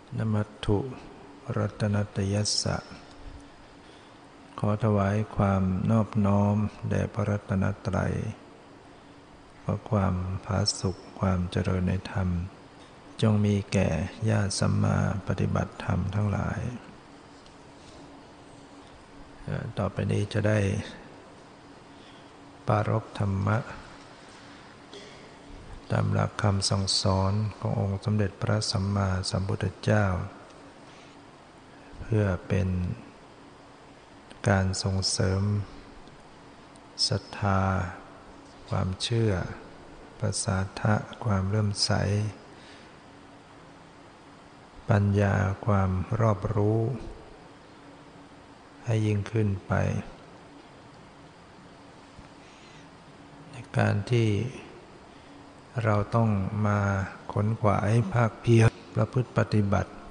นมัตถุรัตนัตยัสสะขอถวายความนอบน้อมแด่พระรัตนตรัยขอความผาสุกความเจริญในธรรมจงมีแก่ญาติสัมมาปฏิบัติธรรมทั้งหลายต่อไปนี้จะได้ปรารภธรรมะตามหลักคำสั่งสอนขององค์สมเด็จพระสัมมาสัมพุทธเจ้าเพื่อเป็นการส่งเสริมศรัทธาความเชื่อประสาทะความเลื่อมใสปัญญาความรอบรู้ให้ยิ่งขึ้นไปในการที่เราต้องมาขนขวายภาคเพียรประพฤติปฏิบัติ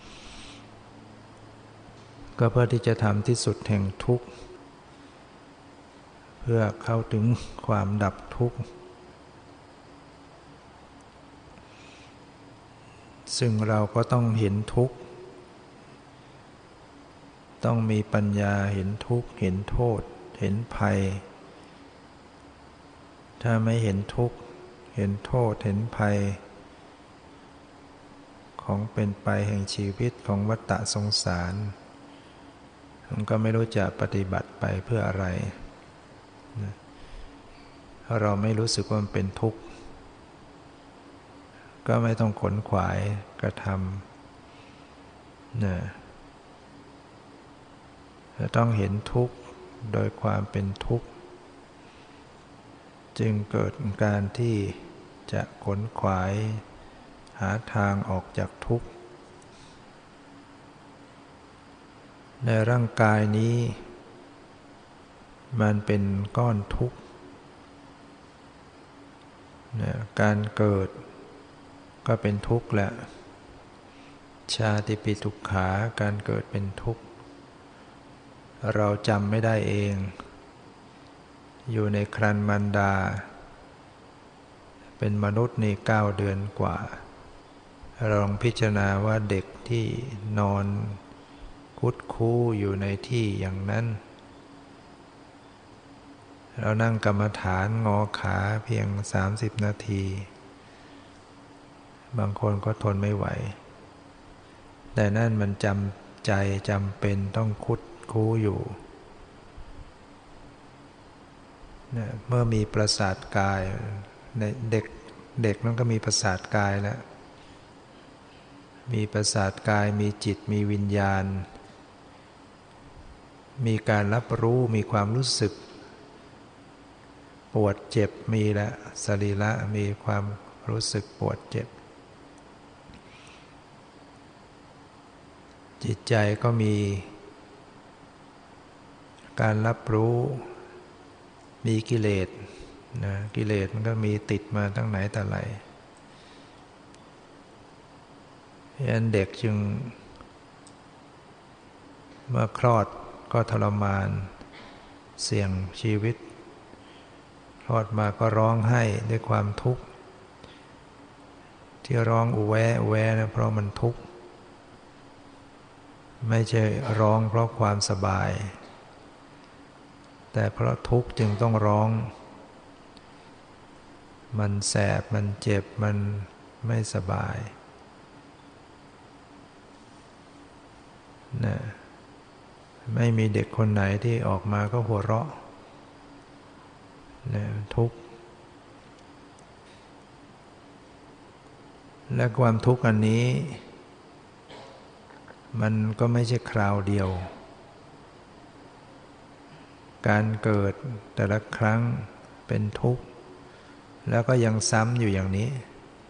ก็เพื่อที่จะทำที่สุดแห่งทุกข์เพื่อเข้าถึงความดับทุกข์ซึ่งเราก็ต้องเห็นทุกข์ต้องมีปัญญาเห็นทุกข์เห็นโทษเห็นภัยถ้าไม่เห็นทุกข์เห็นโทษเห็นภัยของเป็นไปแห่งชีวิตของวัฏสงสารมันก็ไม่รู้จะปฏิบัติไปเพื่ออะไรถ้าเราไม่รู้สึกว่ามันเป็นทุกข์ก็ไม่ต้องขนขวายกระทำจะต้องเห็นทุกข์โดยความเป็นทุกข์จึงเกิดการที่จะขนขวายหาทางออกจากทุกข์ในร่างกายนี้มันเป็นก้อนทุกข์การเกิดก็เป็นทุกข์แหละชาติปิทุกขาการเกิดเป็นทุกข์เราจำไม่ได้เองอยู่ในครรภ์มารดาเป็นมนุษย์นี่9 เดือนกว่าลองพิจารณาว่าเด็กที่นอนคุดคู้อยู่ในที่อย่างนั้นเรานั่งกรรมฐานงอขาเพียง30 นาทีบางคนก็ทนไม่ไหวแต่นั่นมันจำใจจำเป็นต้องคุดคู้อยู่เมื่อมีประสาทกายเด็กนั้นก็มีประสาทกายแล้วมีประสาทกายมีจิตมีวิญญาณมีการรับรู้มีความรู้สึกปวดเจ็บมีแล้วสรีระมีความรู้สึกปวดเจ็บจิตใจก็มีการรับรู้มีกิเลสกิเลสมันก็มีติดมาตั้งไหนแต่ไรยันเด็กจึงเมื่อคลอดก็ทรมานเสี่ยงชีวิตคลอดมาก็ร้องไห้ด้วยความทุกข์ที่ร้องอุแวะอุแวะนะเพราะมันทุกข์ไม่ใช่ร้องเพราะความสบายแต่เพราะทุกข์จึงต้องร้องมันแสบมันเจ็บมันไม่สบายนะไม่มีเด็กคนไหนที่ออกมาก็หัวเราะนะทุกข์และความทุกข์อันนี้มันก็ไม่ใช่คราวเดียวการเกิดแต่ละครั้งเป็นทุกข์แล้วก็ยังซ้ำอยู่อย่างนี้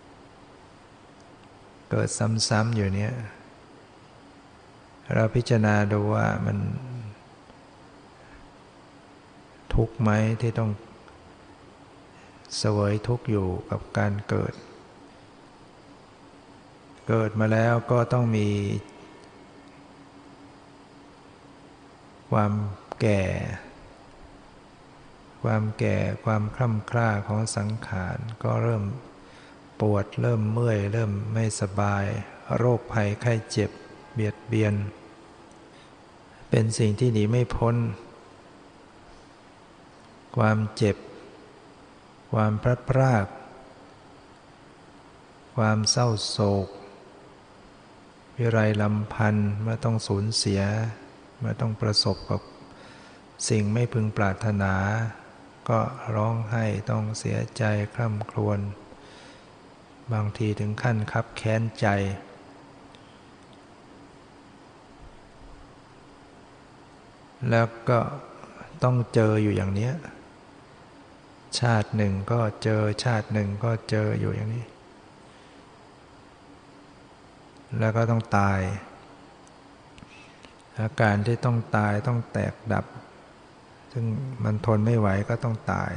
เกิดซ้ำๆอยู่เนี้ยเราพิจารณาดูว่ามันทุกข์ไหมที่ต้องเสวยทุกข์อยู่กับการเกิดมาแล้วก็ต้องมีความแก่ความคล่ำคล้าของสังขารก็เริ่มปวดเริ่มเมื่อยเริ่มไม่สบายโรคภัยไข้เจ็บเบียดเบียนเป็นสิ่งที่หนีไม่พ้นความเจ็บความพลัดพรากความเศร้าโศกวิไรลำพันธ์เมื่อต้องสูญเสียเมื่อต้องประสบกับสิ่งไม่พึงปรารถนาก็ร้องไห้ต้องเสียใจคร่ำครวญบางทีถึงขั้นคับแค้นใจแล้วก็ต้องเจออยู่อย่างนี้ชาติหนึ่งก็เจอชาติหนึ่งก็เจออยู่อย่างนี้แล้วก็ต้องตายอาการที่ต้องตายต้องแตกดับซึ่งมันทนไม่ไหวก็ต้องตาย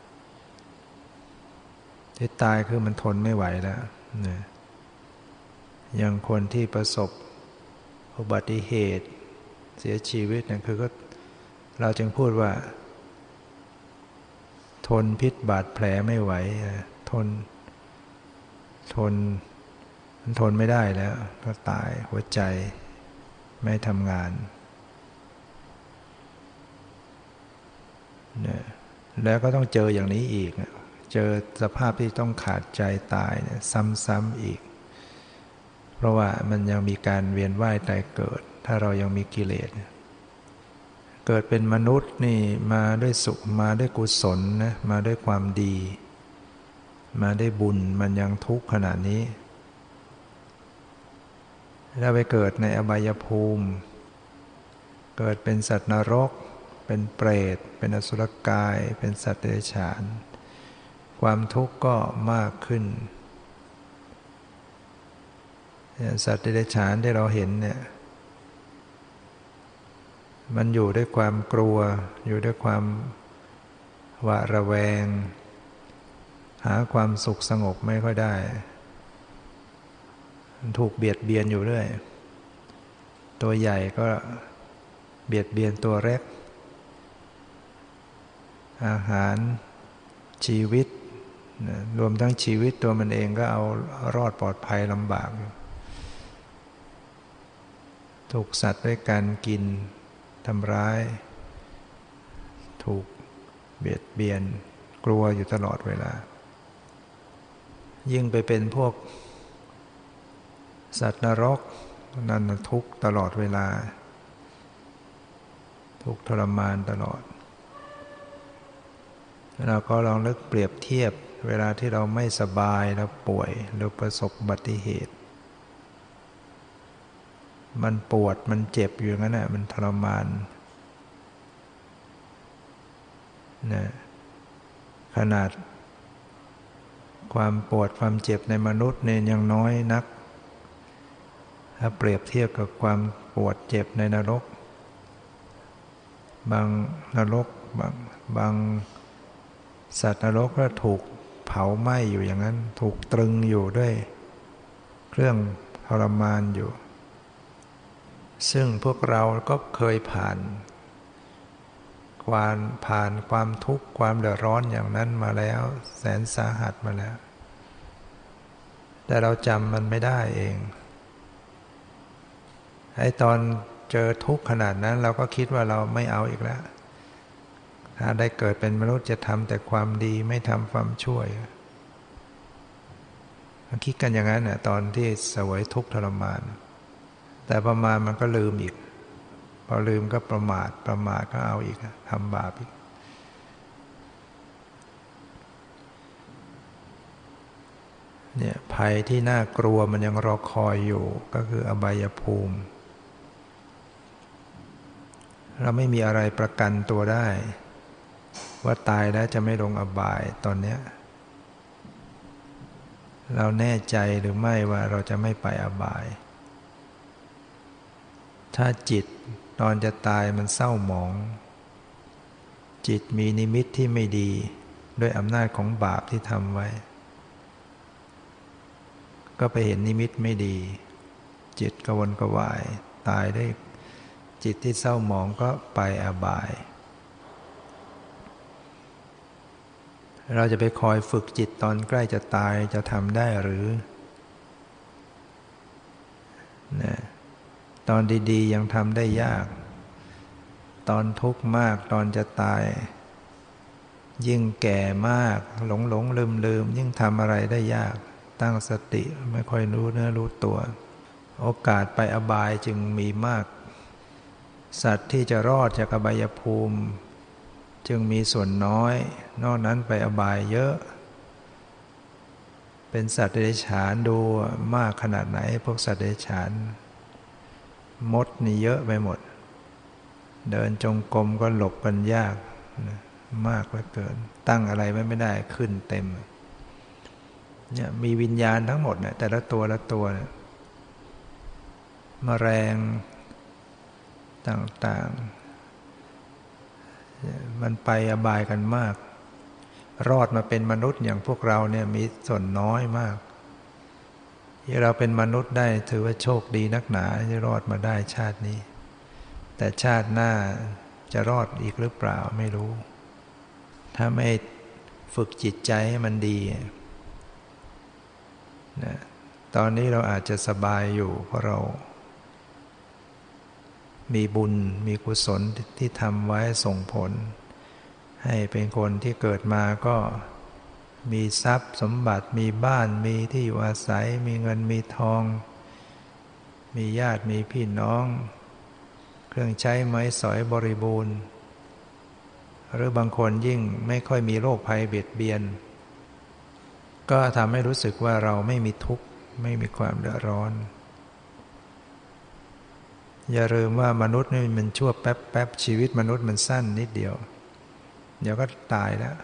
ที่ตายคือมันทนไม่ไหวแล้วนะอย่างคนที่ประสบอุบัติเหตุเสียชีวิตนั่นคือก็เราจึงพูดว่าทนพิษบาดแผลไม่ไหวทนมันทนไม่ได้แล้วก็ตายหัวใจไม่ทำงานเนี่ยแล้วก็ต้องเจออย่างนี้อีกเจอสภาพที่ต้องขาดใจตายเนี่ยซ้ำๆอีกเพราะว่ามันยังมีการเวียนว่ายตายเกิดถ้าเรายังมีกิเลสเกิดเป็นมนุษย์นี่มาด้วยสุขมาด้วยกุศลนะมาด้วยความดีมาด้วยบุญมันยังทุกข์ขนาดนี้ถ้าไปเกิดในอบายภูมิเกิดเป็นสัตว์นรกเป็นเปรตเป็นอสุรกายเป็นสัตว์เดรัจฉานความทุกข์ก็มากขึ้นสัตว์เดรัจฉานที่เราเห็นเนี่ยมันอยู่ด้วยความกลัวอยู่ด้วยความหวาดระแวงหาความสุขสงบไม่ค่อยได้ถูกเบียดเบียนอยู่เรื่อยตัวใหญ่ก็เบียดเบียนตัวเล็กอาหารชีวิตรวมทั้งชีวิตตัวมันเองก็เอารอดปลอดภัยลำบากถูกสัตว์ด้วยการกินทำร้ายถูกเบียดเบียนกลัวอยู่ตลอดเวลายิ่งไปเป็นพวกสัตว์นรกนั่นทุกข์ตลอดเวลาทุกข์ทรมานตลอดเราก็ลองนึกเปรียบเทียบเวลาที่เราไม่สบายเราป่วยหรือประสบอุบัติเหตุมันปวดมันเจ็บอยู่งั้นน่ะมันทรมานนะขนาดความปวดความเจ็บในมนุษย์เนี่ยยังน้อยนักถ้าเปรียบเทียบกับความปวดเจ็บในนรกบางนรกบางสัตว์นรกก็ถูกเผาไหม้อยู่อย่างนั้นถูกตรึงอยู่ด้วยเครื่องทรมานอยู่ซึ่งพวกเราก็เคยผ่านความทุกข์ความเดือดร้อนอย่างนั้นมาแล้วแสนสาหัสมาแล้วแต่เราจำมันไม่ได้เองไอ้ตอนเจอทุกข์ขนาดนั้นเราก็คิดว่าเราไม่เอาอีกแล้วถ้าได้เกิดเป็นมนุษย์จะทำแต่ความดีไม่ทำความชั่วคิดกันอย่างนั้นน่ะตอนที่เสวยทุกข์ทรมานแต่ประมาณมันก็ลืมอีกพอลืมก็ประมาทก็เอาอีกทำบาปอีกเนี่ยภัยที่น่ากลัวมันยังรอคอยอยู่ก็คืออบายภูมิเราไม่มีอะไรประกันตัวได้ว่าตายแล้วจะไม่ลงอบายตอนเนี้ยเราแน่ใจหรือไม่ว่าเราจะไม่ไปอบายถ้าจิตตอนจะตายมันเศร้าหมองจิตมีนิมิตที่ไม่ดีด้วยอำนาจของบาปที่ทำไว้ก็ไปเห็นนิมิตไม่ดีจิตกระวนกระวายตายด้วยจิตที่เศร้าหมองก็ไปอบายเราจะไปคอยฝึกจิตตอนใกล้จะตายจะทำได้หรืออนดีๆยังทำได้ยากตอนทุกข์มากตอนจะตายยิ่งแก่มากหลงลืมยิ่งทำอะไรได้ยากตั้งสติไม่ค่อยรู้เนื้อรู้ตัวโอกาสไปอบายจึงมีมากสัตว์ที่จะรอดจากอบายภูมิจึงมีส่วนน้อยนอกนั้นไปอบายเยอะเป็นสัตว์เดรัจฉานดูมากขนาดไหนพวกสัตว์เดรัจฉานมดนี่เยอะไปหมดเดินจงกรมก็หลบกันยากมากเหลือเกินตั้งอะไรไม่ได้ขึ้นเต็มเนี่ยมีวิญญาณทั้งหมดเนี่ยแต่ละตัวละตัวเนี่ยแมลงต่างๆมันไปอบายกันมากรอดมาเป็นมนุษย์อย่างพวกเราเนี่ยมีส่วนน้อยมากที่เราเป็นมนุษย์ได้ถือว่าโชคดีนักหนาที่รอดมาได้ชาตินี้แต่ชาติหน้าจะรอดอีกหรือเปล่าไม่รู้ถ้าไม่ฝึกจิตใจให้มันดีนะตอนนี้เราอาจจะสบายอยู่เพราะเรามีบุญมีกุศลที่ทำไว้ส่งผลให้เป็นคนที่เกิดมาก็มีทรัพย์สมบัติมีบ้านมีที่อยู่อาศัยมีเงินมีทองมีญาติมีพี่น้องเครื่องใช้ไม้สอยบริบูรณ์หรือบางคนยิ่งไม่ค่อยมีโรคภัยเบียดเบียนก็ทำให้รู้สึกว่าเราไม่มีทุกข์ไม่มีความเดือดร้อนอย่าลืมว่ามนุษย์นี่มันชั่วแป๊บชีวิตมนุษย์มันสั้นนิดเดียวเดี๋ยวก็ตายแล้ว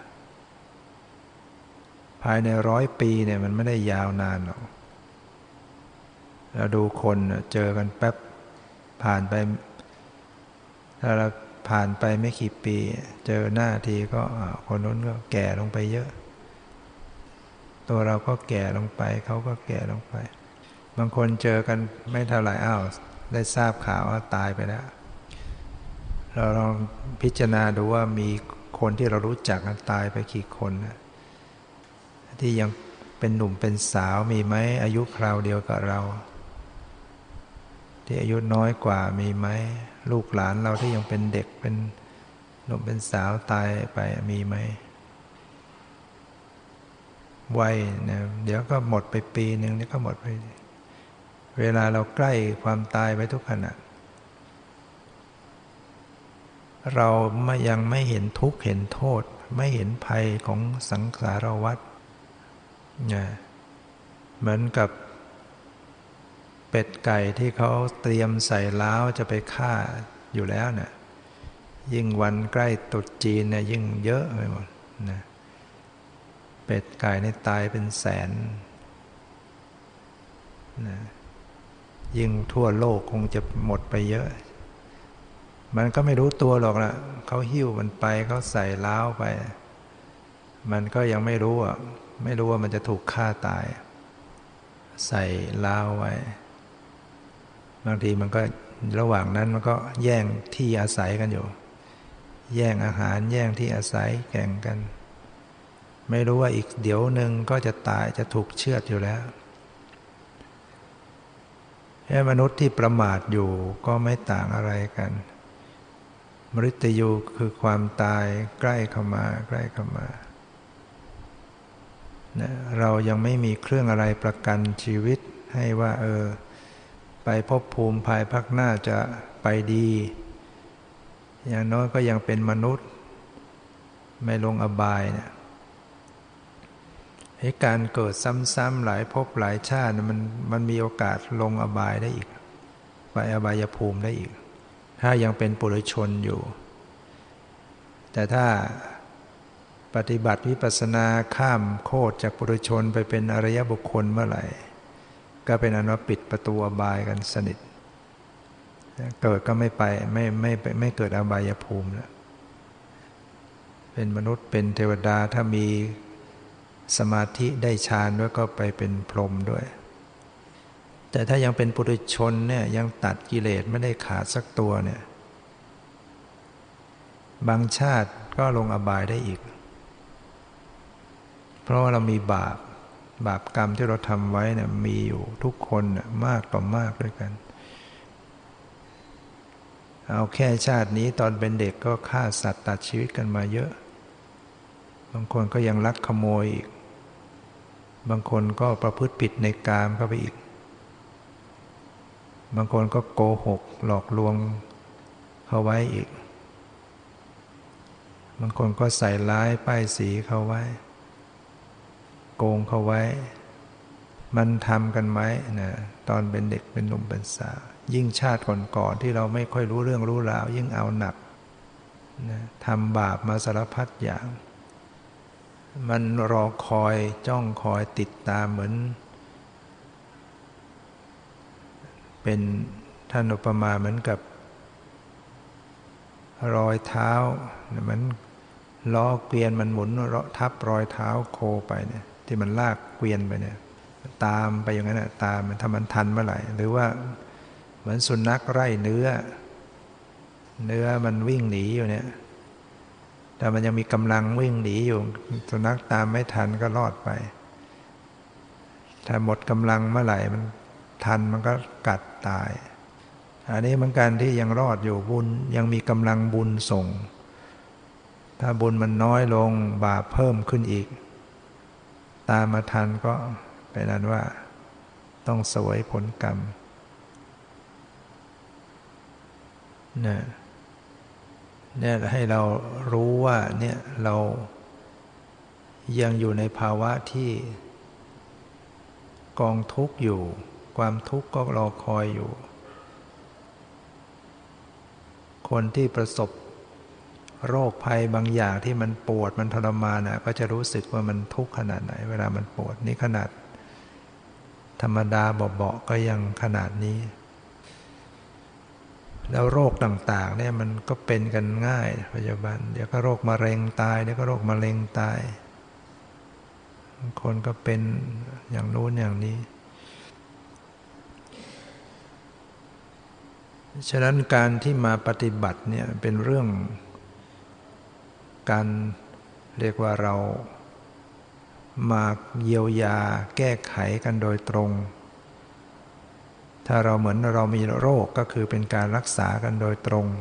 ภายใน100 ปีเนี่ยมันไม่ได้ยาวนานหรอกเราดูคนเจอกันแป๊บผ่านไปถ้าเราผ่านไปไม่กี่ปีเจอหน้าทีก็คนนู้นก็แก่ลงไปเยอะตัวเราก็แก่ลงไปเขาก็แก่ลงไปบางคนเจอกันไม่เท่าไหร่ได้ทราบข่าวว่าตายไปแล้วเราลองพิจารณาดูว่ามีคนที่เรารู้จักกันตายไปกี่คนนะที่ยังเป็นหนุ่มเป็นสาวมีไหมอายุคราวเดียวกับเราที่อายุน้อยกว่ามีไหมลูกหลานเราที่ยังเป็นเด็กเป็นหนุ่มเป็นสาวตายไปมีไหมวัยเนี่ยเดี๋ยวก็หมดไปปีหนึ่งเดี๋ยวก็หมดไปเวลาเราใกล้ความตายไปทุกขณะเรายังไม่เห็นทุกข์เห็นโทษไม่เห็นภัยของสังสารวัฏเหมือนกับเป็ดไก่ที่เขาเตรียมใส่ล้าวจะไปฆ่าอยู่แล้วเนี่ยยิ่งวันใกล้ตรุษจีนเนี่ยยิ่งเยอะไปหมดนะเป็ดไก่นี่ตายเป็นแสนนะยิ่งทั่วโลกคงจะหมดไปเยอะมันก็ไม่รู้ตัวหรอกนะเขาหิ้วมันไปเขาใส่ล้าวไปมันก็ยังไม่รู้ว่ามันจะถูกฆ่าตายใส่ล้าวไว้บางทีมันก็ระหว่างนั้นมันก็แย่งที่อาศัยกันอยู่แย่งอาหารแย่งที่อาศัยแข่งกันไม่รู้ว่าอีกเดี๋ยวหนึ่งก็จะตายจะถูกเชือดอยู่แล้วมนุษย์ที่ประมาทอยู่ก็ไม่ต่างอะไรกันมฤตยูคือความตายใกล้เข้ามานะเรายังไม่มีเครื่องอะไรประกันชีวิตให้ว่าไปภพภูมิภายภาคหน้าจะไปดีอย่างน้อยก็ยังเป็นมนุษย์ไม่ลงอบายเนี่ยให้การเกิดซ้ำๆหลายภพหลายชาติมันมีโอกาสลงอบายได้อีกไปอบายภูมิได้อีกถ้ายังเป็นปุถุชนอยู่แต่ถ้าปฏิบัติวิปัสสนาข้ามโคตรจากปุถุชนไปเป็นอริยบุคคลเมื่อไหร่ก็เป็นอันว่าปิดประตูอบายกันสนิทเกิดก็ไม่ไปไม่เกิดอบายภูมิแล้วเป็นมนุษย์เป็นเทวดาถ้ามีสมาธิได้ฌานด้วยก็ไปเป็นพรหมด้วยแต่ถ้ายังเป็นปุถุชนเนี่ยยังตัดกิเลสไม่ได้ขาดสักตัวเนี่ยบางชาติก็ลงอบายได้อีกเพราะว่าเรามีบาปกรรมที่เราทำไว้เนี่ยมีอยู่ทุกคนมากต่อมากด้วยกันเอาแค่ชาตินี้ตอนเป็นเด็กก็ฆ่าสัตว์ตัดชีวิตกันมาเยอะบางคนก็ยังลักขโมยอีกบางคนก็ประพฤติผิดในกามเข้าไปอีกบางคนก็โกหกหลอกลวงเขาไว้อีกบางคนก็ใส่ร้ายป้ายสีเขาไว้โกงเขาไว้มันทำกันไหมนะตอนเป็นเด็กเป็นหนุ่มเป็นสาวยิ่งชาติก่อนๆที่เราไม่ค่อยรู้เรื่องรู้ราวยิ่งเอาหนักนะทำบาปมาสารพัดอย่างมันรอคอยจ้องคอยติดตามเหมือนเป็นท่านอุปมาเหมือนกับรอยเท้าเหมือนล้อเกวียนมันหมุนทับรอยเท้าโคไปเนี่ยที่มันลากเกวียนไปเนี่ยตามไปอย่างนั้นนะตามมันถ้ามันทันเมื่อไหร่หรือว่าเหมือนสุนัขไล่เนื้อมันวิ่งหนีอยู่เนี่ยแต่มันยังมีกำลังวิ่งหนีอยู่สุนัขตามไม่ทันก็รอดไปถ้าหมดกำลังเมื่อไหร่มันทันมันก็กัดตายอันนี้เหมือนกันที่ยังรอดอยู่บุญยังมีกำลังบุญส่งถ้าบุญมันน้อยลงบาปเพิ่มขึ้นอีกตามมาทันก็เป็นนั้นว่าต้องเสวยผลกรรมเนี่ยให้เรารู้ว่าเนี่ยเรายังอยู่ในภาวะที่กองทุกข์อยู่ความทุกข์ก็รอคอยอยู่คนที่ประสบโรคภัยบางอย่างที่มันปวดมันทรมานก็จะรู้สึกว่ามันทุกข์ขนาดไหนเวลามันปวดนี่ขนาดธรรมดาเบาๆก็ยังขนาดนี้แล้วโรคต่างๆเนี่ยมันก็เป็นกันง่ายปัจจุบันเดี๋ยวก็โรคมะเร็งตายเดี๋ยวก็โรคมะเร็งตายคนก็เป็นอย่างนู้นอย่างนี้ฉะนั้นการที่มาปฏิบัติเนี่ยเป็นเรื่องการเรียกว่าเรามาเยียวยาแก้ไขกันโดยตรงถ้าเราเหมือนเรามีโรคก็คือเป็นการรักษากันโดยตรง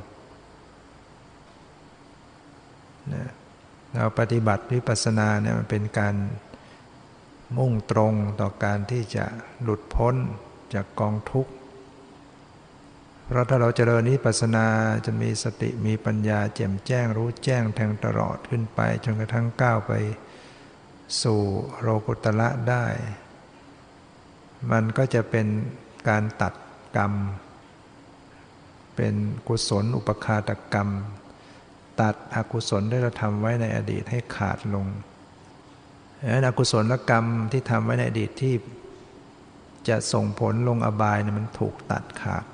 เราปฏิบัติวิปัสสนาเนี่ยมันเป็นการมุ่งตรงต่อการที่จะหลุดพ้นจากกองทุกข์เพราะถ้าเราเจริญวิปัสสนาจะมีสติมีปัญญาแจ่มแจ้งรู้แจ้งแทงตลอดขึ้นไปจนกระทั่งก้าวไปสู่โลกุตระได้มันก็จะเป็นการตัดกรรมเป็นกุศลอุปคาตกรรมตัดอกุศลที่เราทำไว้ในอดีตให้ขาดลงอกุศลกรรมที่ทำไว้ในอดีตที่จะส่งผลลงอบายเนี่ยมันถูกตัดขาด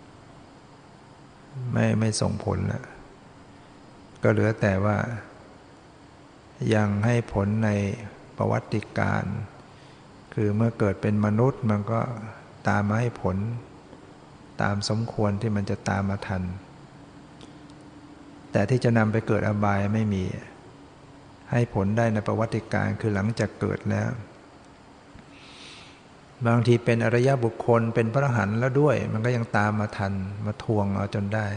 ไม่ส่งผลแล้วก็เหลือแต่ว่ายังให้ผลในประวัติการคือเมื่อเกิดเป็นมนุษย์มันก็ตามมาให้ผลตามสมควรที่มันจะตามมาทันแต่ที่จะนำไปเกิดอบายไม่มีให้ผลได้ในประวัติการคือหลังจากเกิดแล้วบางทีเป็นอริยบุคคลเป็นพระอรหันต์แล้วด้วยมันก็ยังตามมาทันมาทวงเอาจนได้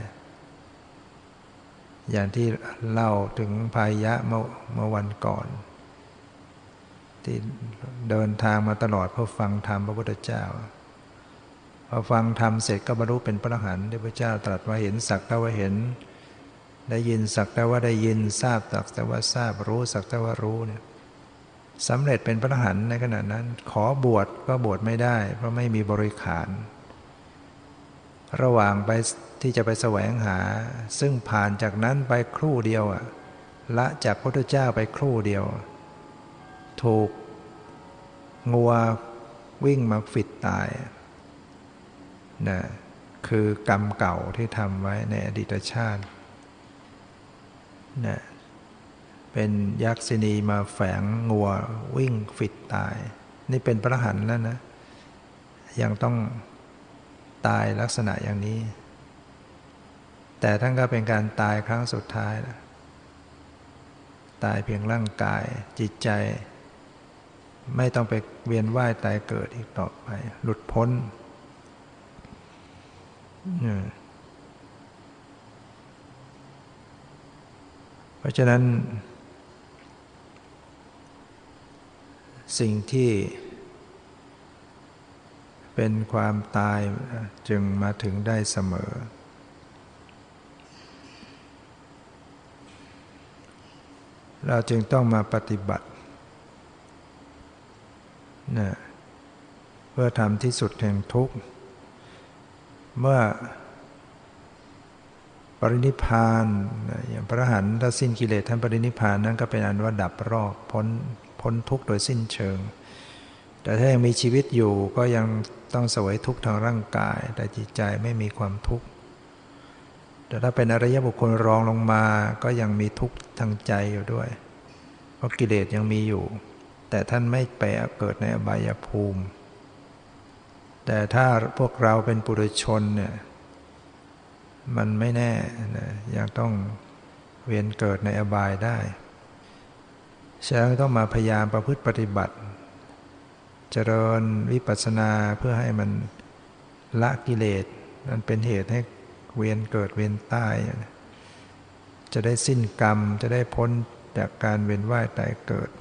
อย่างที่เล่าถึงพายะเมื่อวันก่อนที่เดินทางมาตลอดเพื่อฟังธรรมพระพุทธเจ้าพอฟังธรรมเสร็จก็บรรลุเป็นพระอรหันต์ที่พระเจ้าตรัสว่าเห็นสักแต่ว่าเห็นได้ยินสักแต่ว่าได้ยินทราบสักแต่ว่าทราบรู้สักแต่ว่ารู้เนี่ยสำเร็จเป็นพระอรหันต์ในขณะนั้นขอบวชก็บวชไม่ได้เพราะไม่มีบริขารระหว่างไปที่จะไปแสวงหาซึ่งผ่านจากนั้นไปครู่เดียวละจากพระพุทธเจ้าไปครู่เดียวถูกงัววิ่งมาฝิดตายนะคือกรรมเก่าที่ทำไว้ในอดีตชาตินะเป็นยักษิณีมาแฝงงัววิ่งฝิดตายนี่เป็นพระอรหันต์แล้วนะยังต้องตายลักษณะอย่างนี้แต่ท่านก็เป็นการตายครั้งสุดท้ายตายเพียงร่างกายจิตใจไม่ต้องไปเวียนว่ายตายเกิดอีกต่อไปหลุดพ้นเพราะฉะนั้นสิ่งที่เป็นความตายจึงมาถึงได้เสมอเราจึงต้องมาปฏิบัตินะเพื่อทำที่สุดแห่งทุกข์เมื่อปรินิพพานอย่างพระอรหันต์ถ้าสิ้นกิเลสท่านปรินิพพานนั้นก็เป็นอันว่าดับรอบพ้นทุกข์โดยสิ้นเชิงแต่ถ้ายังมีชีวิตอยู่ก็ยังต้องเสวยทุกข์ทางร่างกายแต่จิตใจไม่มีความทุกข์แต่ถ้าเป็นอริยบุคคลรองลงมาก็ยังมีทุกข์ทางใจอยู่ด้วยเพราะกิเลสยังมีอยู่แต่ท่านไม่ไปเกิดในอบายภูมิแต่ถ้าพวกเราเป็นปุถุชนเนี่ยมันไม่แน่นะยังต้องเวียนเกิดในอบายได้ฉะนั้นต้องมาพยายามประพฤติปฏิบัติเจริญวิปัสสนาเพื่อให้มันละกิเลสมันเป็นเหตุให้เวียนเกิดเวียนตายจะได้สิ้นกรรมจะได้พ้นจากการเวียนว่ายตายเกิด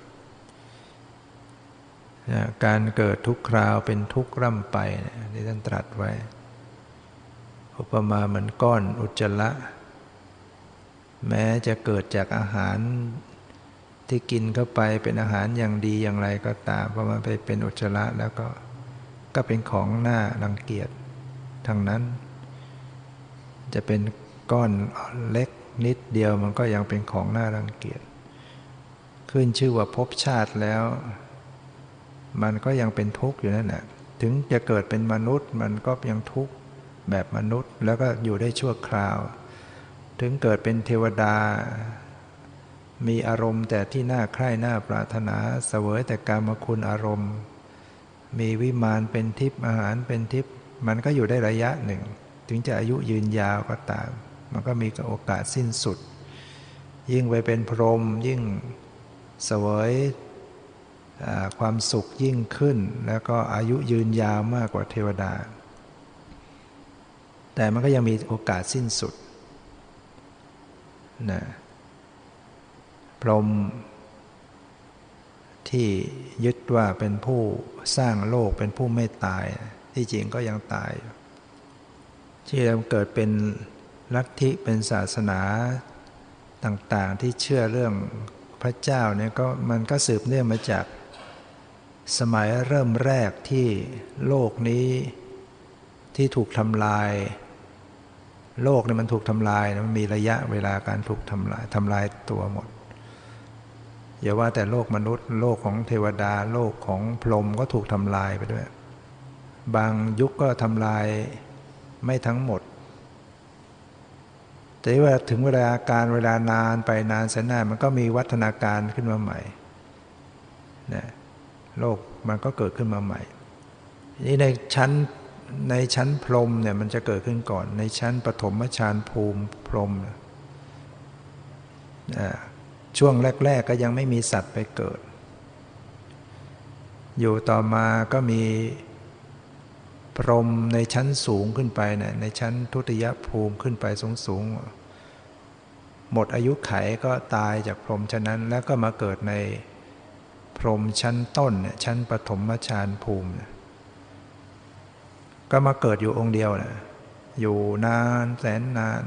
การเกิดทุกคราวเป็นทุกข์ร่ำไปที่ท่านตรัสไว้อุปมาเหมือนก้อนอุจจาระแม้จะเกิดจากอาหารที่กินเข้าไปเป็นอาหารอย่างดีอย่างไรก็ตามพอมันไปเป็นอุจจาระแล้วก็เป็นของน่ารังเกียจทั้งนั้นจะเป็นก้อนเล็กนิดเดียวมันก็ยังเป็นของน่ารังเกียจขึ้นชื่อว่าภพชาติแล้วมันก็ยังเป็นทุกข์อยู่นั่นแหละถึงจะเกิดเป็นมนุษย์มันก็ยังทุกข์แบบมนุษย์แล้วก็อยู่ได้ชั่วคราวถึงเกิดเป็นเทวดามีอารมณ์แต่ที่น่าใคร่น่าปรารถนาเสวยแต่กามคุณอารมณ์มีวิมานเป็นทิพย์อาหารเป็นทิพย์มันก็อยู่ได้ระยะหนึ่งถึงจะอายุยืนยาวก็ตามมันก็มีโอกาสสิ้นสุดยิ่งไปเป็นพรหมยิ่งเสวยความสุขยิ่งขึ้นแล้วก็อายุยืนยาวมากกว่าเทวดาแต่มันก็ยังมีโอกาสสิ้นสุดนะพรหมที่ยึดว่าเป็นผู้สร้างโลกเป็นผู้ไม่ตายที่จริงก็ยังตายที่เราเกิดเป็นลัทธิเป็นศาสนาต่างๆที่เชื่อเรื่องพระเจ้าเนี่ยก็มันก็สืบเนื่องมาจากสมัยเริ่มแรกที่โลกนี้ที่ถูกทำลายโลกเนี่ยมันถูกทำลายมันมีระยะเวลาการถูกทำลายตัวหมดอย่าว่าแต่โลกมนุษย์โลกของเทวดาโลกของพรหมก็ถูกทำลายไปด้วยบางยุคก็ทำลายไม่ทั้งหมดแต่ว่าถึงเวลานานไปนานแสนนานมันก็มีวัฒนาการขึ้นมาใหม่นะโลกมันก็เกิดขึ้นมาใหม่นี่ในชั้นพรหมเนี่ยมันจะเกิดขึ้นก่อนในชั้นปฐมฌานภูมิพรหมช่วงแรกๆก็ยังไม่มีสัตว์ไปเกิดอยู่ต่อมาก็มีพรหมในชั้นสูงขึ้นไปเนี่ยในชั้นทุติยภูมิขึ้นไปสูงหมดอายุไขก็ตายจากพรหมชั้นนั้นแล้วก็มาเกิดในพรหมชั้นต้นเนี่ยชั้นปฐมฌานภูมิก็มาเกิดอยู่องค์เดียวนะอยู่นานแสนนาน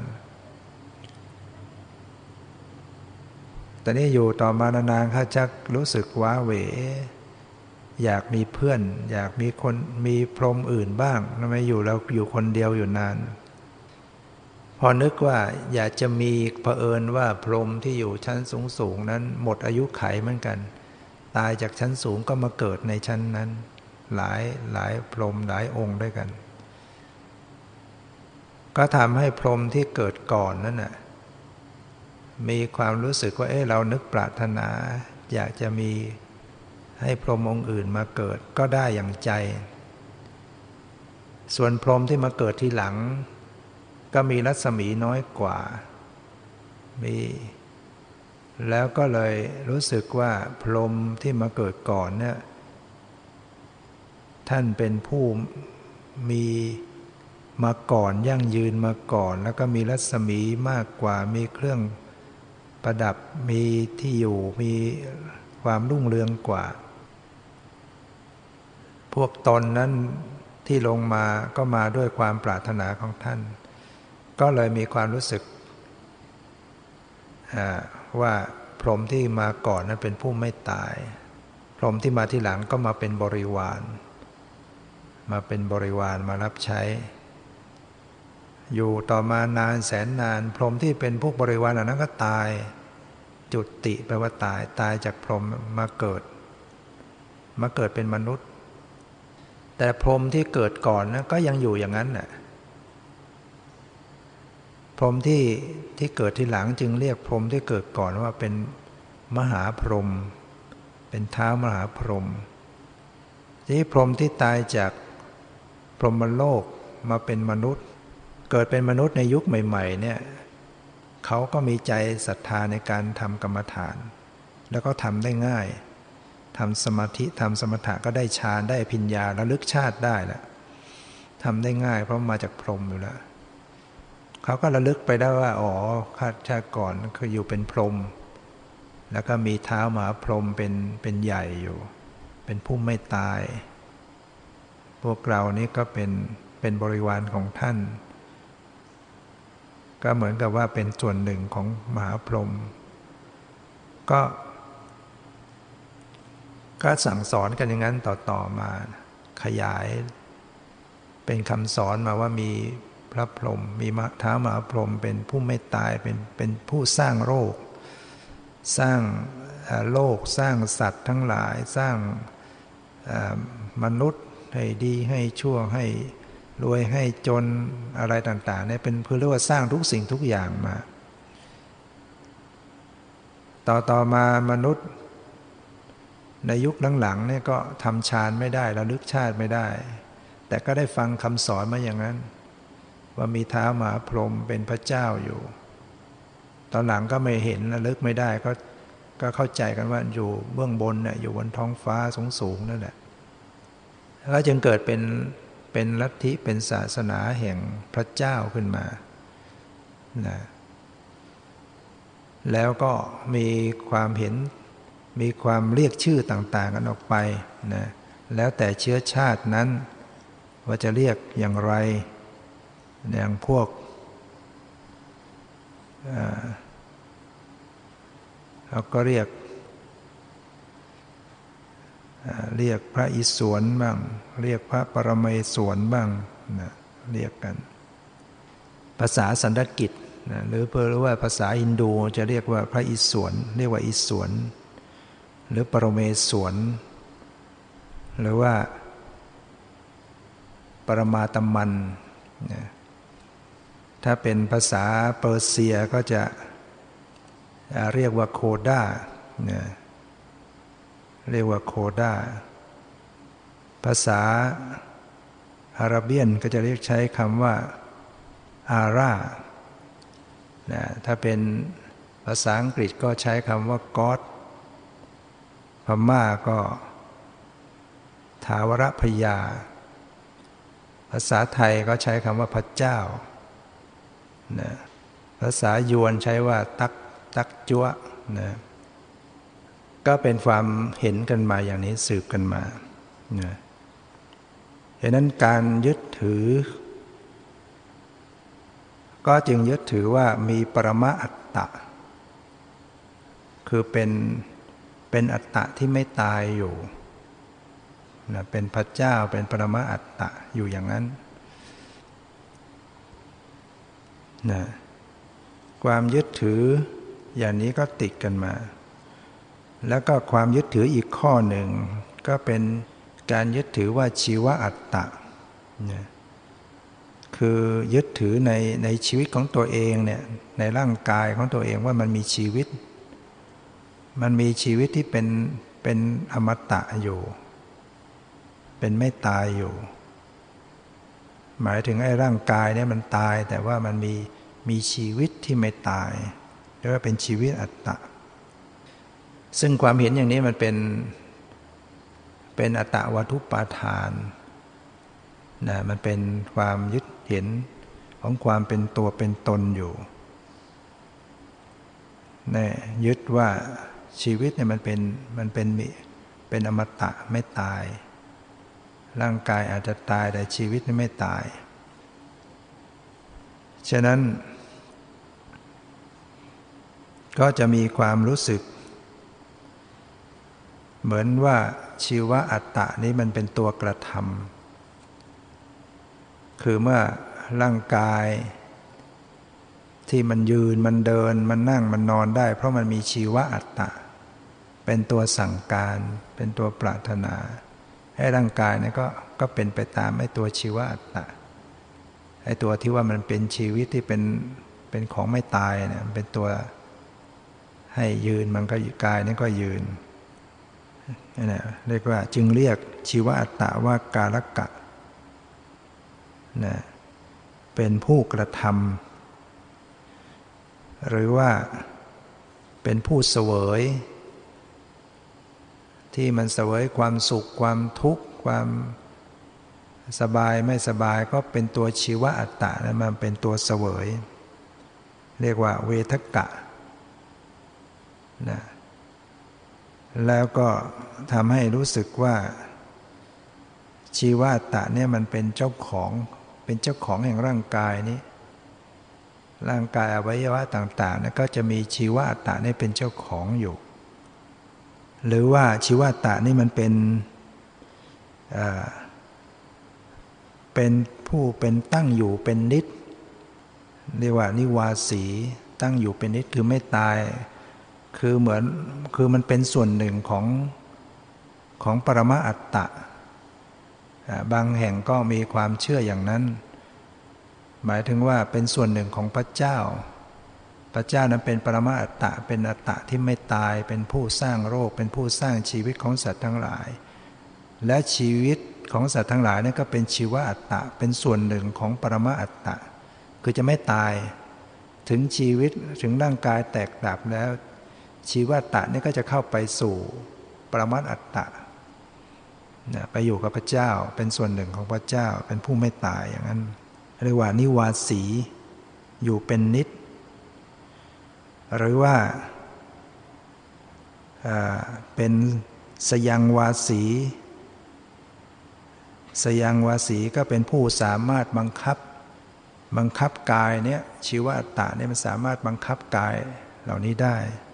แต่นี่อยู่ต่อมานานๆเขาจะรู้สึกว้าเหวอยากมีเพื่อนอยากมีคนมีพรหมอื่นบ้างทำไมอยู่เราอยู่คนเดียวอยู่นานพอนึกว่าอยากจะมีเผอิญว่าพรหมที่อยู่ชั้นสูงนั้นหมดอายุไขเหมือนกันตายจากชั้นสูงก็มาเกิดในชั้นนั้นหลายพรหมหลายองค์ด้วยกันก็ทำให้พรหมที่เกิดก่อนนั้นน่ะมีความรู้สึกว่าเรานึกปรารถนาอยากจะมีให้พรหมองค์อื่นมาเกิดก็ได้อย่างใจส่วนพรหมที่มาเกิดทีหลังก็มีรัศมีน้อยกว่าแล้วก็เลยรู้สึกว่าพรหมที่มาเกิดก่อนเนี่ยท่านเป็นผู้มีมาก่อนยั่งยืนมาก่อนแล้วก็มีรัศมีมากกว่ามีเครื่องประดับมีที่อยู่มีความรุ่งเรืองกว่าพวกตนนั้นที่ลงมาก็มาด้วยความปรารถนาของท่านก็เลยมีความรู้สึกว่าพรหมที่มาก่อนนั้นเป็นผู้ไม่ตายพรหมที่มาที่หลังก็มาเป็นบริวารมารับใช้อยู่ต่อมานานแสนนานพรหมที่เป็นพวกบริวารเหล่านั้นก็ตายจุติแปลว่าตายจากพรหมมาเกิดเป็นมนุษย์แต่พรหมที่เกิดก่อนนะก็ยังอยู่อย่างนั้นน่ะพรหมที่เกิดทีหลังจึงเรียกพรหมที่เกิดก่อนว่าเป็นมหาพรหมเป็นท้าวมหาพรหมที่พรหมที่ตายจากพรหมโลกมาเป็นมนุษย์เกิดเป็นมนุษย์ในยุคใหม่ๆเนี่ยเขาก็มีใจศรัทธาในการทำกรรมฐานแล้วก็ทำได้ง่ายทำสมาธิทำสมถะก็ได้ฌานได้อภิญญาระลึกชาติได้แล้วทำได้ง่ายเพราะมาจากพรหมอยู่แล้วเขาก็ระลึกไปได้ว่าอ๋อชาติก่อนคืออยู่เป็นพรหมแล้วก็มีเท้ามหาพรหมเป็นใหญ่อยู่เป็นผู้ไม่ตายพวกเรานี่ก็เป็นบริวารของท่านก็เหมือนกับว่าเป็นส่วนหนึ่งของมหาพรหมก็สั่งสอนกันอย่างนั้นต่อมาขยายเป็นคำสอนมาว่ามีพระพรหมมีท้าวมหาพรหมเป็นผู้ไม่ตายเป็นผู้สร้างโลกสร้างสัตว์ทั้งหลายสร้างมนุษย์ให้ดีให้ชั่วให้รวยให้จนอะไรต่างๆเนี่ยเป็นเพื่อเรียกว่าสร้างทุกสิ่งทุกอย่างมาต่อมามนุษย์ในยุคหลังๆเนี่ยก็ทำฌานไม่ได้ระลึกชาติไม่ได้แต่ก็ได้ฟังคำสอนมาอย่างนั้นว่ามีท้าวมหาพรหมเป็นพระเจ้าอยู่ตอนหลังก็ไม่เห็นระลึกไม่ได้ก็เข้าใจกันว่าอยู่เบื้องบนเนี่ยอยู่บนท้องฟ้าสูงนั่นแหละแล้วจึงเกิดเป็นลัทธิเป็นศาสนาแห่งพระเจ้าขึ้นมานะแล้วก็มีความเห็นมีความเรียกชื่อต่างๆกันออกไปนะแล้วแต่เชื้อชาตินั้นว่าจะเรียกอย่างไรอย่างพวกเราก็เรียกพระอิศวรบ้างเรียกพระปรเมศวรบ้างนะเรียกกันภาษาสันสกฤตนะหรือว่าภาษาฮินดูจะเรียกว่าพระอิศวรเรียกว่าอิศวรหรือปรเมศวรหรือว่าปรมาตมันนะถ้าเป็นภาษาเปอร์เซียก็จะเรียกว่าโคด้านะเรียกว่าโคด้าภาษาอาราเบียนก็จะเรียกใช้คำว่าอาร่านะถ้าเป็นภาษาอังกฤษก็ใช้คำว่าก็อดพม่าก็ถาวรพยาภาษาไทยก็ใช้คำว่าพระเจ้านะภาษายวนใช้ว่าตักจั๊วนะก็เป็นความเห็นกันมาอย่างนี้สืบกันมานะฉะนั้นการยึดถือก็จึงยึดถือว่ามีปรมอัตตะคือเป็นอัตตะที่ไม่ตายอยู่นะเป็นพระเจ้าเป็นปรมอัตตะอยู่อย่างนั้นนะความยึดถืออย่างนี้ก็ติดกันมาแล้วก็ความยึดถืออีกข้อหนึ่งก็เป็นการยึดถือว่าชีวอัตตะนะคือยึดถือในชีวิตของตัวเองเนี่ยในร่างกายของตัวเองว่ามันมีชีวิตที่เป็นอมตะอยู่เป็นไม่ตายอยู่หมายถึงไอ้ร่างกายเนี่ยมันตายแต่ว่ามันมีชีวิตที่ไม่ตายเรียกว่าเป็นชีวิตอัตตะซึ่งความเห็นอย่างนี้มันเป็นอัตตวัฏฏุปาทานนะมันเป็นความยึดเห็นของความเป็นตัวเป็นตนอยู่เนี่ยยึดว่าชีวิตเนี่ยมันเป็นอมตะไม่ตายร่างกายอาจจะตายแต่ชีวิตไม่ตายฉะนั้นก็จะมีความรู้สึกเหมือนว่าชีวะอัตตะนี้มันเป็นตัวกระทำคือเมื่อร่างกายที่มันยืนมันเดินมันนั่งมันนอนได้เพราะมันมีชีวะอัตตะเป็นตัวสั่งการเป็นตัวปรารถนาให้ร่างกายนี่ก็เป็นไปตามไอ้ตัวชีวะอัตตะไอ้ตัวที่ว่ามันเป็นชีวิตที่เป็นของไม่ตายเนี่ยเป็นตัวให้ยืนมันก็กายนี่ก็ยืนนี่เรียกว่าจึงเรียกชีวะอัตตะว่ากาลกะนะเป็นผู้กระทำหรือว่าเป็นผู้เสวยที่มันเสวยความสุขความทุกข์ความสบายไม่สบายก็เป็นตัวชีวะอัตตะนะมันเป็นตัวเสวยเรียกว่าเวทกะนะแล้วก็ทำให้รู้สึกว่าชีวะอัตตะเนี่ยมันเป็นเจ้าของแห่งร่างกายนี้ร่างกายอวัยวะต่างๆนะก็จะมีชีวะอัตตะนี่เป็นเจ้าของอยู่หรือว่าชีวะอัตตะนี่มันเป็นผู้เป็นตั้งอยู่เป็นนิจเรียกว่านิวาสีตั้งอยู่เป็นนิจคือไม่ตายคือมันเป็นส่วนหนึ่งของปรมอัตตะบางแห่งก็มีความเชื่ออย่างนั้นหมายถึงว่าเป็นส่วนหนึ่งของพระเจ้านั้นเป็นปรมอัตตะเป็นอัตตะที่ไม่ตายเป็นผู้สร้างโลกเป็นผู้สร้างชีวิตของสัตว์ทั้งหลายและชีวิตของสัตว์ทั้งหลายนั่นก็เป็นชีวอัตตะเป็นส่วนหนึ่งของปรมอัตตะคือจะไม่ตายถึงชีวิตถึงร่างกายแตกดับแล้วชีวอัตตะนี่ก็จะเข้าไปสู่ปรมัตถ์อัตตะไปอยู่กับพระเจ้าเป็นส่วนหนึ่งของพระเจ้าเป็นผู้ไม่ตายอย่างนั้นเรียกว่านิวาสีอยู่เป็นนิจหรือว่าเป็นสยังวาสีก็เป็นผู้สามารถบังคับกายเนี่ยชีวอัตตะเนี่ยมันสามารถบังคับกายเหล่านี้ได้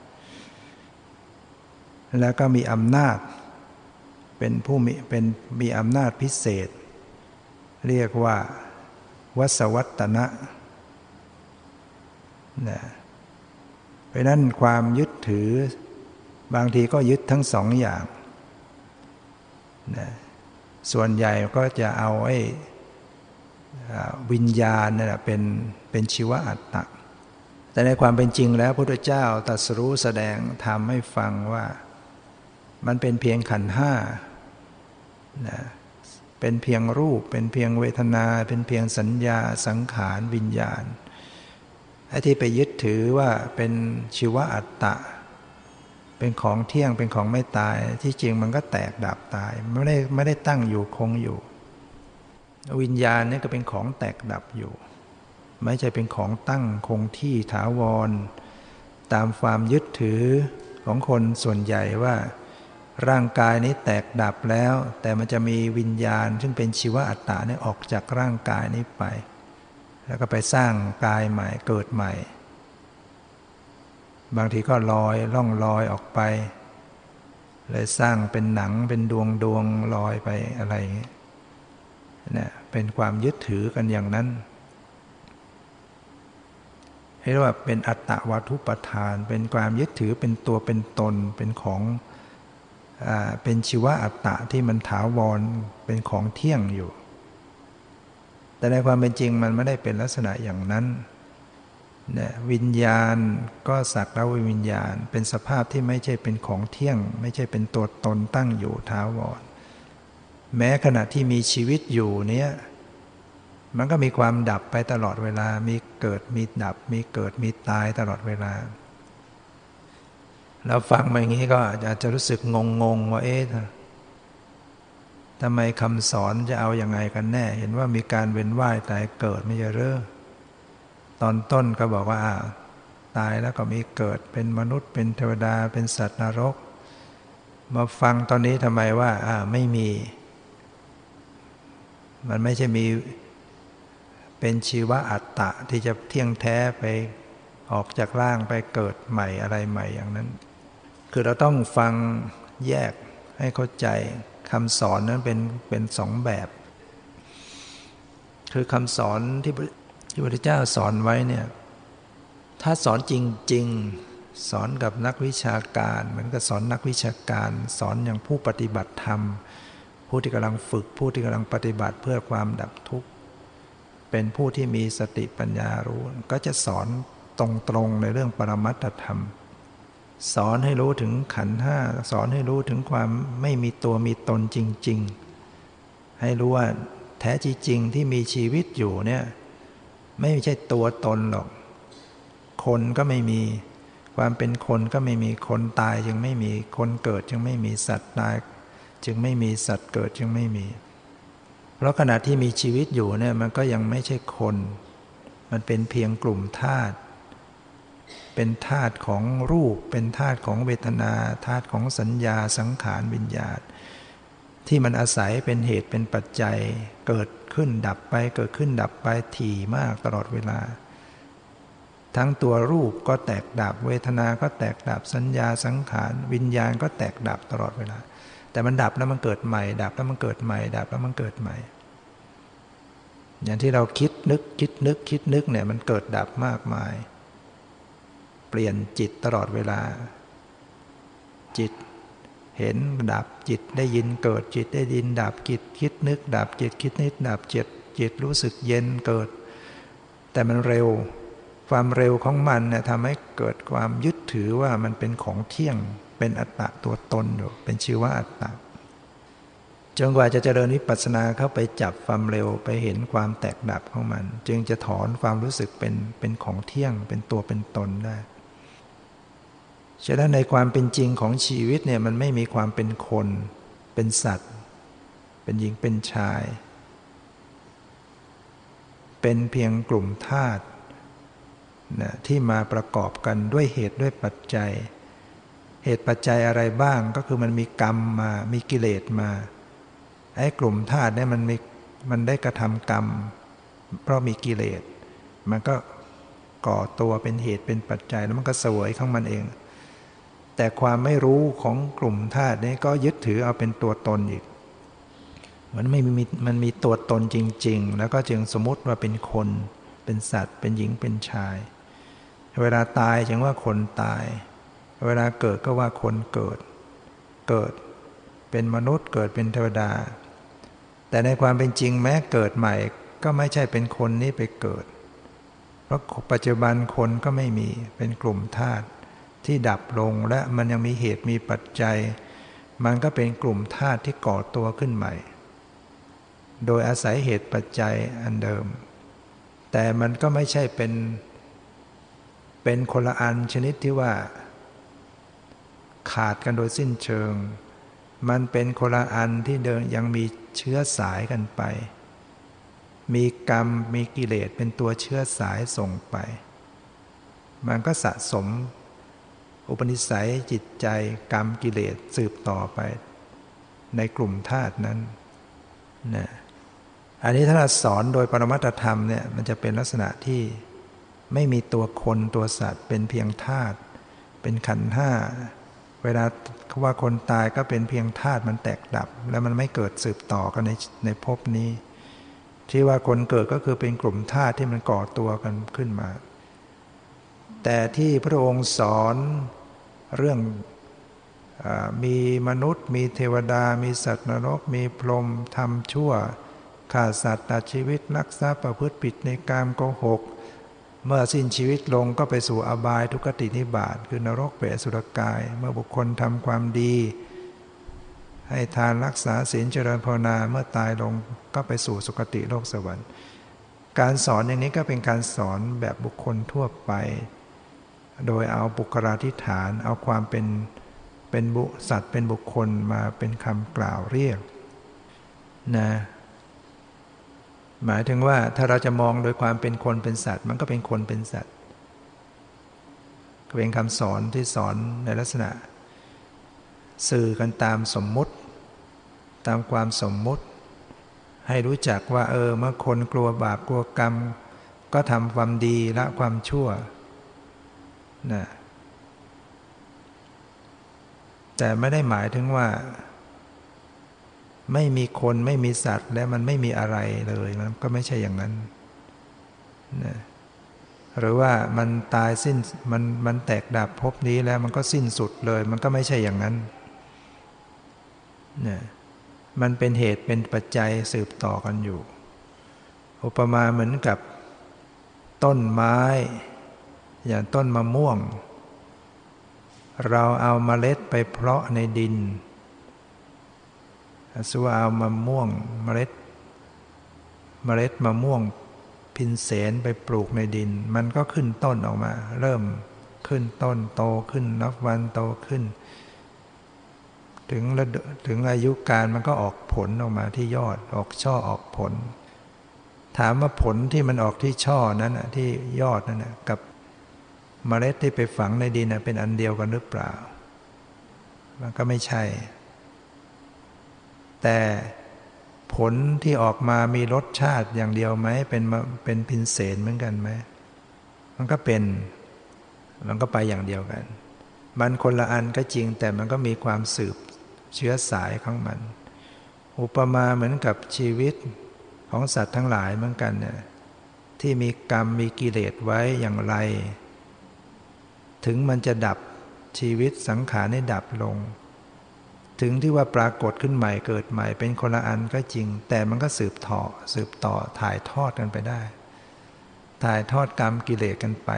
แล้วก็มีอำนาจเป็นผู้มีอำนาจพิเศษเรียกว่าวสวัตตนะเพราะนั้นความยึดถือบางทีก็ยึดทั้งสองอย่างส่วนใหญ่ก็จะเอาไอ้วิญญาณนั่นแหละเป็นชีวอัตตะแต่ในความเป็นจริงแล้วพระพุทธเจ้าตรัสรู้แสดงธรรมให้ฟังว่ามันเป็นเพียงขันธ์ห้าเป็นเพียงรูปเป็นเพียงเวทนาเป็นเพียงสัญญาสังขารวิญญาณไอ้ที่ไปยึดถือว่าเป็นชีวอัตตะเป็นของเที่ยงเป็นของไม่ตายที่จริงมันก็แตกดับตายไม่ได้ตั้งอยู่คงอยู่วิญญาณนี่ก็เป็นของแตกดับอยู่ไม่ใช่เป็นของตั้งคงที่ถาวรตามความยึดถือของคนส่วนใหญ่ว่าร่างกายนี้แตกดับแล้วแต่มันจะมีวิญญาณซึ่งเป็นชีวอัตตาเนี่ยออกจากร่างกายนี้ไปแล้วก็ไปสร้างกายใหม่เกิดใหม่บางทีก็ล่องลอยออกไปเลยสร้างเป็นหนังเป็นดวงลอยไปอะไรอย่างนี้เนี่ยเป็นความยึดถือกันอย่างนั้นเรียกว่าเป็นอัตตวัฏฐุปทานเป็นความยึดถือเป็นตัวเป็นตนเป็นของเป็นชีวอัตตะที่มันถาวรเป็นของเที่ยงอยู่แต่ในความเป็นจริงมันไม่ได้เป็นลักษณะอย่างนั้นเนี่ยวิญญาณก็สักแต่ว่าวิญญาณเป็นสภาพที่ไม่ใช่เป็นของเที่ยงไม่ใช่เป็นตัวตนตั้งอยู่ถาวรแม้ขณะที่มีชีวิตอยู่เนี่ยมันก็มีความดับไปตลอดเวลามีเกิดมีดับมีเกิดมีตายตลอดเวลาเราฟังมาอย่างนี้ก็อาจจะรู้สึกงงว่าทำไมคำสอนจะเอาอย่างไงกันแน่เห็นว่ามีการเวียนว่ายตายเกิดไม่ใช่หรือตอนต้นก็บอกว่าตายแล้วก็มีเกิดเป็นมนุษย์เป็นเทวดาเป็นสัตว์นรกมาฟังตอนนี้ทำไมว่าไม่มีมันไม่ใช่มีเป็นชีวะอัตตะที่จะเที่ยงแท้ไปออกจากร่างไปเกิดใหม่อะไรใหม่อย่างนั้นคือเราต้องฟังแยกให้เข้าใจคำสอนนั้นเป็นสองแบบคือคำสอนที่พระพุทธเจ้าสอนไว้เนี่ยถ้าสอนจริงๆสอนกับนักวิชาการเหมือนกับสอนนักวิชาการสอนอย่างผู้ปฏิบัติธรรมผู้ที่กำลังฝึกผู้ที่กำลังปฏิบัติเพื่อความดับทุกข์เป็นผู้ที่มีสติปัญญารู้ก็จะสอนตรงๆในเรื่องปรมัตถธรรมสอนให้รู้ถึงขันธ์ห้าสอนให้รู้ถึงความไม่มีตัวมีตนจริงๆให้รู้ว่าแท้จริงที่มีชีวิตอยู่เนี่ยไม่ใช่ตัวตนหรอกคนก็ไม่มีความเป็นคนก็ไม่มีคนตายจึงไม่มีคนเกิดจึงไม่มีสัตว์ตายจึงไม่มีสัตว์เกิดจึงไม่มีเพราะขณะที่มีชีวิตอยู่เนี่ยมันก็ยังไม่ใช่คนมันเป็นเพียงกลุ่มธาตุเป็นธาตุของรูปเป็นธาตุของเวทนาธาตุของสัญญาสังขารวิญญาณที่มันอาศัยเป็นเหตุเป็นปัจจัยเกิดขึ้นดับไปเกิดขึ้นดับไปถี่มากตลอดเวลาทั้งตัวรูปก็แตกดับเวทนาก็แตกดับสัญญาสังขารวิญญาณก็แตกดับตลอดเวลาแต่มันดับแล้วมันเกิดใหม่ดับแล้วมันเกิดใหม่ดับแล้วมันเกิดใหม่อย่างที่เราคิดนึกเนี่ยมันเกิดดับมากมายเปลี่ยนจิตตลอดเวลาจิตเห็นดับจิตได้ยินเกิดจิตได้ยินดับจิตคิดนึกดับจิตคิดนึกดับจิตรู้สึกเย็นเกิดแต่มันเร็วความเร็วของมันเนี่ยทำให้เกิดความยึดถือว่ามันเป็นของเที่ยงเป็นอัตตะตัวตนอยู่เป็นชีวะอัตตะจนกว่าจะเจริญวิปัสสนาเข้าไปจับความเร็วไปเห็นความแตกดับของมันจึงจะถอนความรู้สึกเป็นของเที่ยงเป็นตัวเป็นตนได้ฉะนั้นในความเป็นจริงของชีวิตเนี่ยมันไม่มีความเป็นคนเป็นสัตว์เป็นหญิงเป็นชายเป็นเพียงกลุ่มธาตุนะที่มาประกอบกันด้วยเหตุด้วยปัจจัยเหตุปัจจัยอะไรบ้างก็คือมันมีกรรมมามีกิเลสมาไอ้กลุ่มธาตุเนี่ยมันได้กระทำกรรมเพราะมีกิเลสมันก็ก่อตัวเป็นเหตุเป็นปัจจัยแล้วมันก็เสวยของมันเองแต่ความไม่รู้ของกลุ่มธาตุนี้ก็ยึดถือเอาเป็นตัวตนอีกมันมีตัวตนจริงๆแล้วก็จึงสมมติว่าเป็นคนเป็นสัตว์เป็นหญิงเป็นชายเวลาตายจึงว่าคนตายเวลาเกิดก็ว่าคนเกิดเป็นมนุษย์เกิดเป็นเทวดาแต่ในความเป็นจริงแม้เกิดใหม่ก็ไม่ใช่เป็นคนนี้ไปเกิดเพราะปัจจุบันคนก็ไม่มีเป็นกลุ่มธาตุที่ดับลงและมันยังมีเหตุมีปัจจัยมันก็เป็นกลุ่มธาตุที่ก่อตัวขึ้นใหม่โดยอาศัยเหตุปัจจัยอันเดิมแต่มันก็ไม่ใช่เป็นคนละอันชนิดที่ว่าขาดกันโดยสิ้นเชิงมันเป็นคนละอันที่เดิมยังมีเชื้อสายกันไปมีกรรมมีกิเลสเป็นตัวเชื้อสายส่งไปมันก็สะสมอุปนิสัยจิตใจกรรมกิเลสสืบต่อไปในกลุ่มธาตุนั้นนะอันนี้ถ้าเราสอนโดยปรมัตถธรรมเนี่ยมันจะเป็นลักษณะที่ไม่มีตัวคนตัวสัตว์เป็นเพียงธาตุเป็นขันธ์ห้าเวลาว่าคนตายก็เป็นเพียงธาตุมันแตกดับแล้วมันไม่เกิดสืบต่อกันในภพนี้ที่ว่าคนเกิดก็คือเป็นกลุ่มธาตุที่มันก่อตัวกันขึ้นมาแต่ที่พระองค์สอนเรื่องมีมนุษย์มีเทวดามีสัตว์นรกมีพรหมทำชั่วฆ่าสัตว์ตัดชีวิตลักทรัพย์ประพฤติผิดในกามโกหกเมื่อสิ้นชีวิตลงก็ไปสู่อบายทุกขตินิบาตคือนรกเปรตอสุรกายเมื่อบุคคลทำความดีให้ทานรักษาศีลเจริญภาวนาเมื่อตายลงก็ไปสู่สุคติโลกสวรรค์การสอนอย่างนี้ก็เป็นการสอนแบบบุคคลทั่วไปโดยเอาบุคลาธิฐานเอาความเป็นบุสัตว์เป็นบุคคลมาเป็นคำกล่าวเรียกนะหมายถึงว่าถ้าเราจะมองโดยความเป็นคนเป็นสัตว์มันก็เป็นคนเป็นสัตว์เป็นคำสอนที่สอนในลักษณะสื่อกันตามสมมุติตามความสมมุติให้รู้จักว่าเมื่อคนกลัวบาปกลัวกรรมก็ทำความดีละความชั่วนะแต่ไม่ได้หมายถึงว่าไม่มีคนไม่มีสัตว์และมันไม่มีอะไรเลยมันก็ไม่ใช่อย่างนั้นนะหรือว่ามันตายสิ้นมันแตกดับภพนี้แล้วมันก็สิ้นสุดเลยมันก็ไม่ใช่อย่างนั้นนะมันเป็นเหตุเป็นปัจจัยสืบต่อกันอยู่อุปมาเหมือนกับต้นไม้อย่างต้นมะม่วงเราเอาเมล็ดไปเพาะในดินสมมุติว่าเอามะม่วงเมล็ดมะม่วงพินเสนไปปลูกในดินมันก็ขึ้นต้นออกมาเริ่มขึ้นต้นโตขึ้นนับวันโตขึ้นถึงอายุการมันก็ออกผลออกมาที่ยอดออกช่อออกผลถามว่าผลที่มันออกที่ช่อนั้นที่ยอดนั้นกับเมล็ดที่ไปฝังในดินเป็นอันเดียวกันหรือเปล่ามันก็ไม่ใช่แต่ผลที่ออกมามีรสชาติอย่างเดียวไหมเป็นพินเสนเหมือนกันไหมมันก็ไปอย่างเดียวกันมันคนละอันก็จริงแต่มันก็มีความสืบเชื้อสายของมันอุปมาเหมือนกับชีวิตของสัตว์ทั้งหลายเหมือนกันเนี่ยที่มีกรรมมีกิเลสไว้อย่างไรถึงมันจะดับชีวิตสังขารให้ดับลงถึงที่ว่าปรากฏขึ้นใหม่เกิดใหม่เป็นคนละอันก็จริงแต่มันก็สืบต่อถ่ายทอดกันไปได้ถ่ายทอดกรรมกิเลสกันไป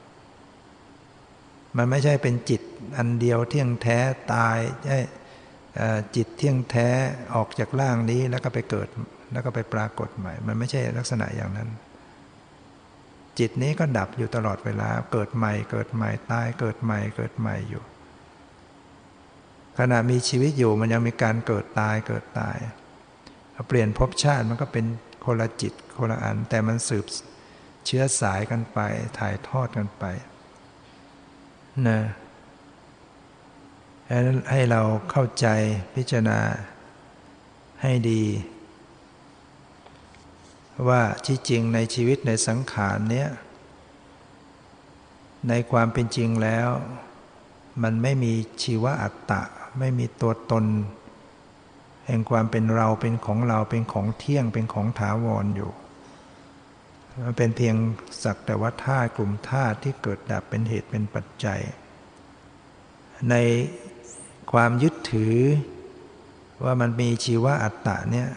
มันไม่ใช่เป็นจิตอันเดียวเที่ยงแท้ตายจิตเที่ยงแท้ออกจากร่างนี้แล้วก็ไปเกิดแล้วก็ไปปรากฏใหม่มันไม่ใช่ลักษณะอย่างนั้นจิตนี้ก็ดับอยู่ตลอดเวลาเกิดใหม่ตายเกิดใหม่อยู่ขณะมีชีวิตอยู่มันยังมีการเกิดตายเปลี่ยนภพชาติมันก็เป็นคนละจิตคนละอันแต่มันสืบเชื้อสายกันไปถ่ายทอดกันไปนะให้เราเข้าใจพิจารณาให้ดีว่าที่จริงในชีวิตในสังขารเนี้ยในความเป็นจริงแล้วมันไม่มีชีวอัตตะไม่มีตัวตนแห่งความเป็นเราเป็นของเราเป็นของเที่ยงเป็นของถาวรอยู่มันเป็นเพียงสักแต่ว่าธาตุกลุ่มธาตุที่เกิดดับเป็นเหตุเป็นปัจจัยในความยึดถือว่ามันมีชีวอัตตะเนี่ย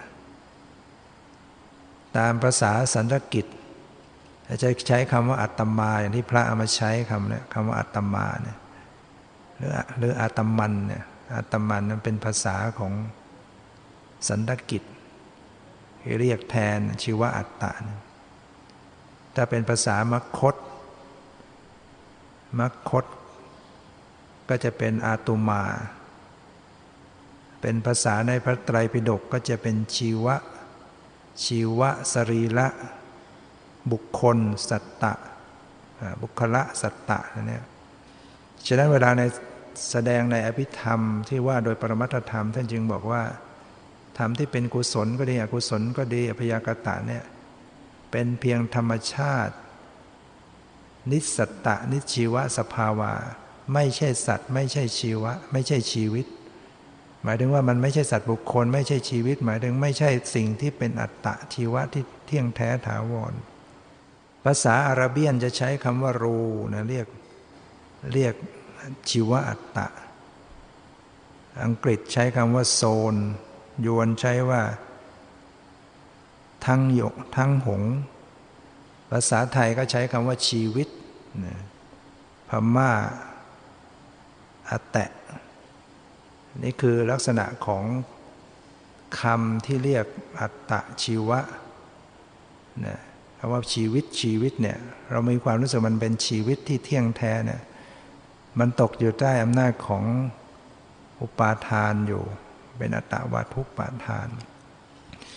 ตามภาษาสันสกฤตจะใช้คำว่าอัตตมาอย่างที่พระเอามาใช้คำว่าอัตตมาเนี่ยหรืออาตมันเนี่ยอาตมันนั้นเป็นภาษาของสันสกฤตเรียกแทนชีวอัตตะถ้าเป็นภาษามคตก็จะเป็นอาตุมาเป็นภาษาในพระไตรปิฎกก็จะเป็นชีวะสรีระบุคคลสัตตะบุคละสัตตะเนี่ยฉะนั้นเวลาในแสดงในอภิธรรมที่ว่าโดยปรมัตถธรรมท่านจึงบอกว่าธรรมที่เป็นกุศลก็ดีอกุศลก็ดีอพยากตะเนี่ยเป็นเพียงธรรมชาตินิสัตตะนิชีวะสภาวะไม่ใช่สัตว์ไม่ใช่ชีวะไม่ใช่ชีวิตหมายถึงว่ามันไม่ใช่สัตว์บุคคลไม่ใช่ชีวิตหมายถึงไม่ใช่สิ่งที่เป็นอัตตะชีวะที่เที่ยงแท้ถาวรภาษาอาหรับียนจะใช้คำว่ารูนะเรียกชีวะอัตตะอังกฤษใช้คำว่าโซนยวนใช้ว่าทั้งหงภาษาไทยก็ใช้คำว่าชีวิตพม่าอแตะนี่คือลักษณะของคำที่เรียกอัตตะชีวะนะคำว่าชีวิตเนี่ยเรามีความรู้สึกมันเป็นชีวิตที่เที่ยงแท้เนี่ยมันตกอยู่ใต้อำนาจของอุปาทานอยู่เป็นอัตตวาทุปาทาน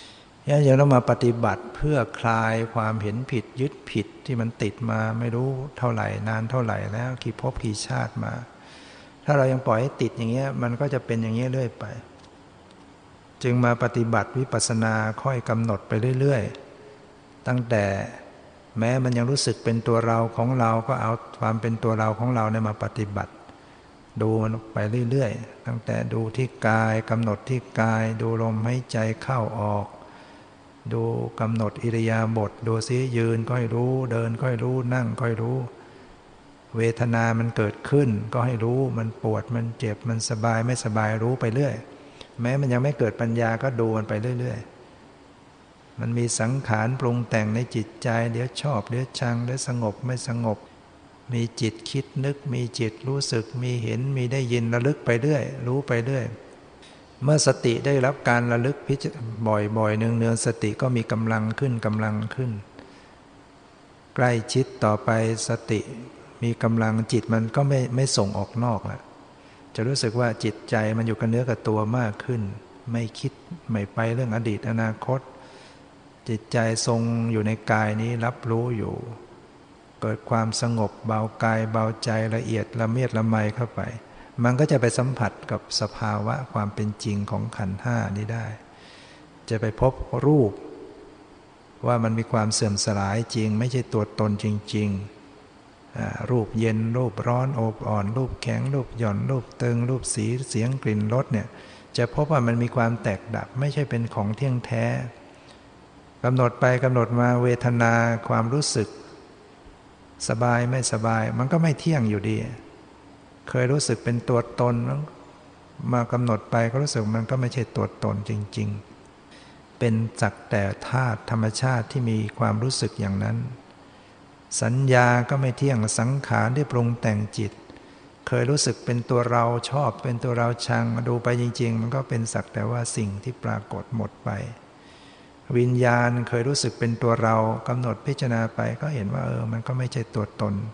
ยังต้องมาปฏิบัติเพื่อคลายความเห็นผิดยึดผิดที่มันติดมาไม่รู้เท่าไหร่นานเท่าไหร่แล้วกี่ภพกี่ชาติมาถ้าเรายังปล่อยให้ติดอย่างเงี้ยมันก็จะเป็นอย่างเงี้ยเรื่อยไปจึงมาปฏิบัติวิปัสสนาค่อยกำหนดไปเรื่อยๆตั้งแต่แม้มันยังรู้สึกเป็นตัวเราของเราก็เอาความเป็นตัวเราของเราเนี่ยมาปฏิบัติดูมันไปเรื่อยๆตั้งแต่ดูที่กายกำหนดที่กายดูลมหายใจเข้าออกดูกำหนดอิริยาบถดูซิยืนก็ให้รู้เดินก็ให้รู้นั่งก็ให้รู้เวทนามันเกิดขึ้นก็ให้รู้มันปวดมันเจ็บมันสบายไม่สบายรู้ไปเรื่อยแม้มันยังไม่เกิดปัญญาก็ดูมันไปเรื่อยๆมันมีสังขารปรุงแต่งในจิตใจเดี๋ยวชอบเดี๋ยวชังเดี๋ยวสงบไม่สงบมีจิตคิดนึกมีจิตรู้สึกมีเห็นมีได้ยินระลึกไปเรื่อยรู้ไปเรื่อยเมื่อสติได้รับการระลึกบ่อยๆเนืองๆสติก็มีกำลังขึ้นกำลังขึ้นใกล้ชิดต่อไปสติมีกำลังจิตมันก็ไม่ส่งออกนอกแล้วจะรู้สึกว่าจิตใจมันอยู่กับเนื้อกับตัวมากขึ้นไม่คิดไม่ไปเรื่องอดีตอนาคตจิตใจทรงอยู่ในกายนี้รับรู้อยู่เกิดความสงบเบากายเบาใจละเอียดละเมียดละไมเข้าไปมันก็จะไปสัมผัสกับสภาวะความเป็นจริงของขันธ์ห้านี้ได้จะไปพบรูปว่ามันมีความเสื่อมสลายจริงไม่ใช่ตัวตนจริงๆรูปเย็นรูปร้อนโอบอ่อนรูปแข็งรูปหย่อนรูปตึงรูปสีเสียงกลิ่นรสเนี่ยจะพบว่ามันมีความแตกดับไม่ใช่เป็นของเที่ยงแท้กำหนดไปกำหนดมาเวทนาความรู้สึกสบายไม่สบายมันก็ไม่เที่ยงอยู่ดีเคยรู้สึกเป็นตัวตนมากำหนดไปก็รู้สึกมันก็ไม่ใช่ตัวตนจริงๆเป็นสักแต่ธาตุธรรมชาติที่มีความรู้สึกอย่างนั้นสัญญาก็ไม่เที่ยงสังขารที่ปรุงแต่งจิตเคยรู้สึกเป็นตัวเราชอบเป็นตัวเราชังดูไปจริงๆมันก็เป็นสักแต่ว่าสิ่งที่ปรากฏหมดไปวิญญาณเคยรู้สึกเป็นตัวเรากำหนดพิจารณาไปก็เห็นว่ามันก็ไม่ใช่ตัวตน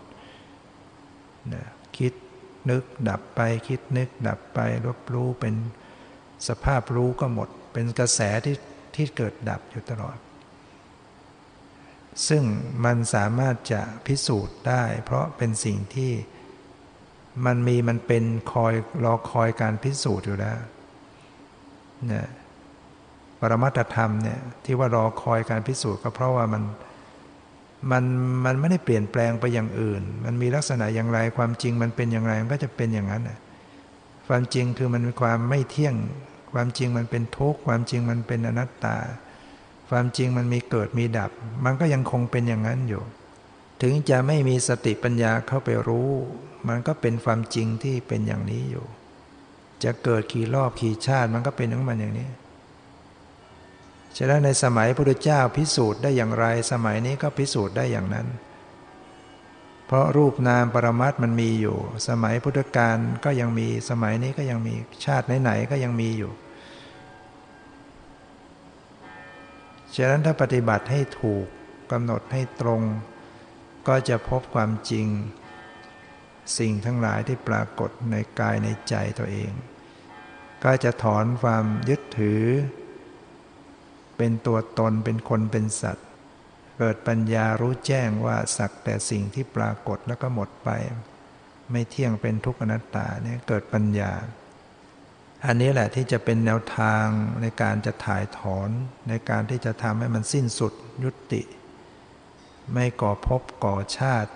คิดนึกดับไปคิดนึกดับไปรับรู้เป็นสภาพรู้ก็หมดเป็นกระแสที่เกิดดับอยู่ตลอดซึ่งมันสามารถจะพิสูจน์ได้เพราะเป็นสิ่งที่มันเป็นรอคอยการพิสูจน์อยู่แล้วเนี่ยปรมัตถธรรมเนี่ยที่ว่ารอคอยการพิสูจน์ก็เพราะว่ามันไม่ได้เปลี่ยนแปลงไปอย่างอื่นมันมีลักษณะอย่างไรความจริงมันเป็นอย่างไรมันก็จะเป็นอย่างนั้นความจริงคือมันมีความไม่เที่ยงความจริงมันเป็นทุกข์ความจริงมันเป็นอนัตตาความจริงมันมีเกิดมีดับมันก็ยังคงเป็นอย่างนั้นอยู่ถึงจะไม่มีสติปัญญาเข้าไปรู้มันก็เป็นความจริงที่เป็นอย่างนี้อยู่จะเกิดกี่รอบกี่ชาติมันก็เป็นของมันอย่างนี้ฉะนั้นในสมัยพระพุทธเจ้าพิสูจน์ได้อย่างไรสมัยนี้ก็พิสูจน์ได้อย่างนั้นเพราะรูปนามปรมัตถ์มันมีอยู่สมัยพุทธกาลก็ยังมีสมัยนี้ก็ยังมีชาติไหนๆก็ยังมีอยู่ฉะนั้นถ้าปฏิบัติให้ถูกกำหนดให้ตรงก็จะพบความจริงสิ่งทั้งหลายที่ปรากฏในกายในใจตัวเองก็จะถอนความยึดถือเป็นตัวตนเป็นคนเป็นสัตว์เกิดปัญญารู้แจ้งว่าสักแต่สิ่งที่ปรากฏแล้วก็หมดไปไม่เที่ยงเป็นทุกข์อนัตตาเนี่ยเกิดปัญญาอันนี้แหละที่จะเป็นแนวทางในการจะถ่ายถอนในการที่จะทำให้มันสิ้นสุดยุติไม่ก่อภพก่อชาติ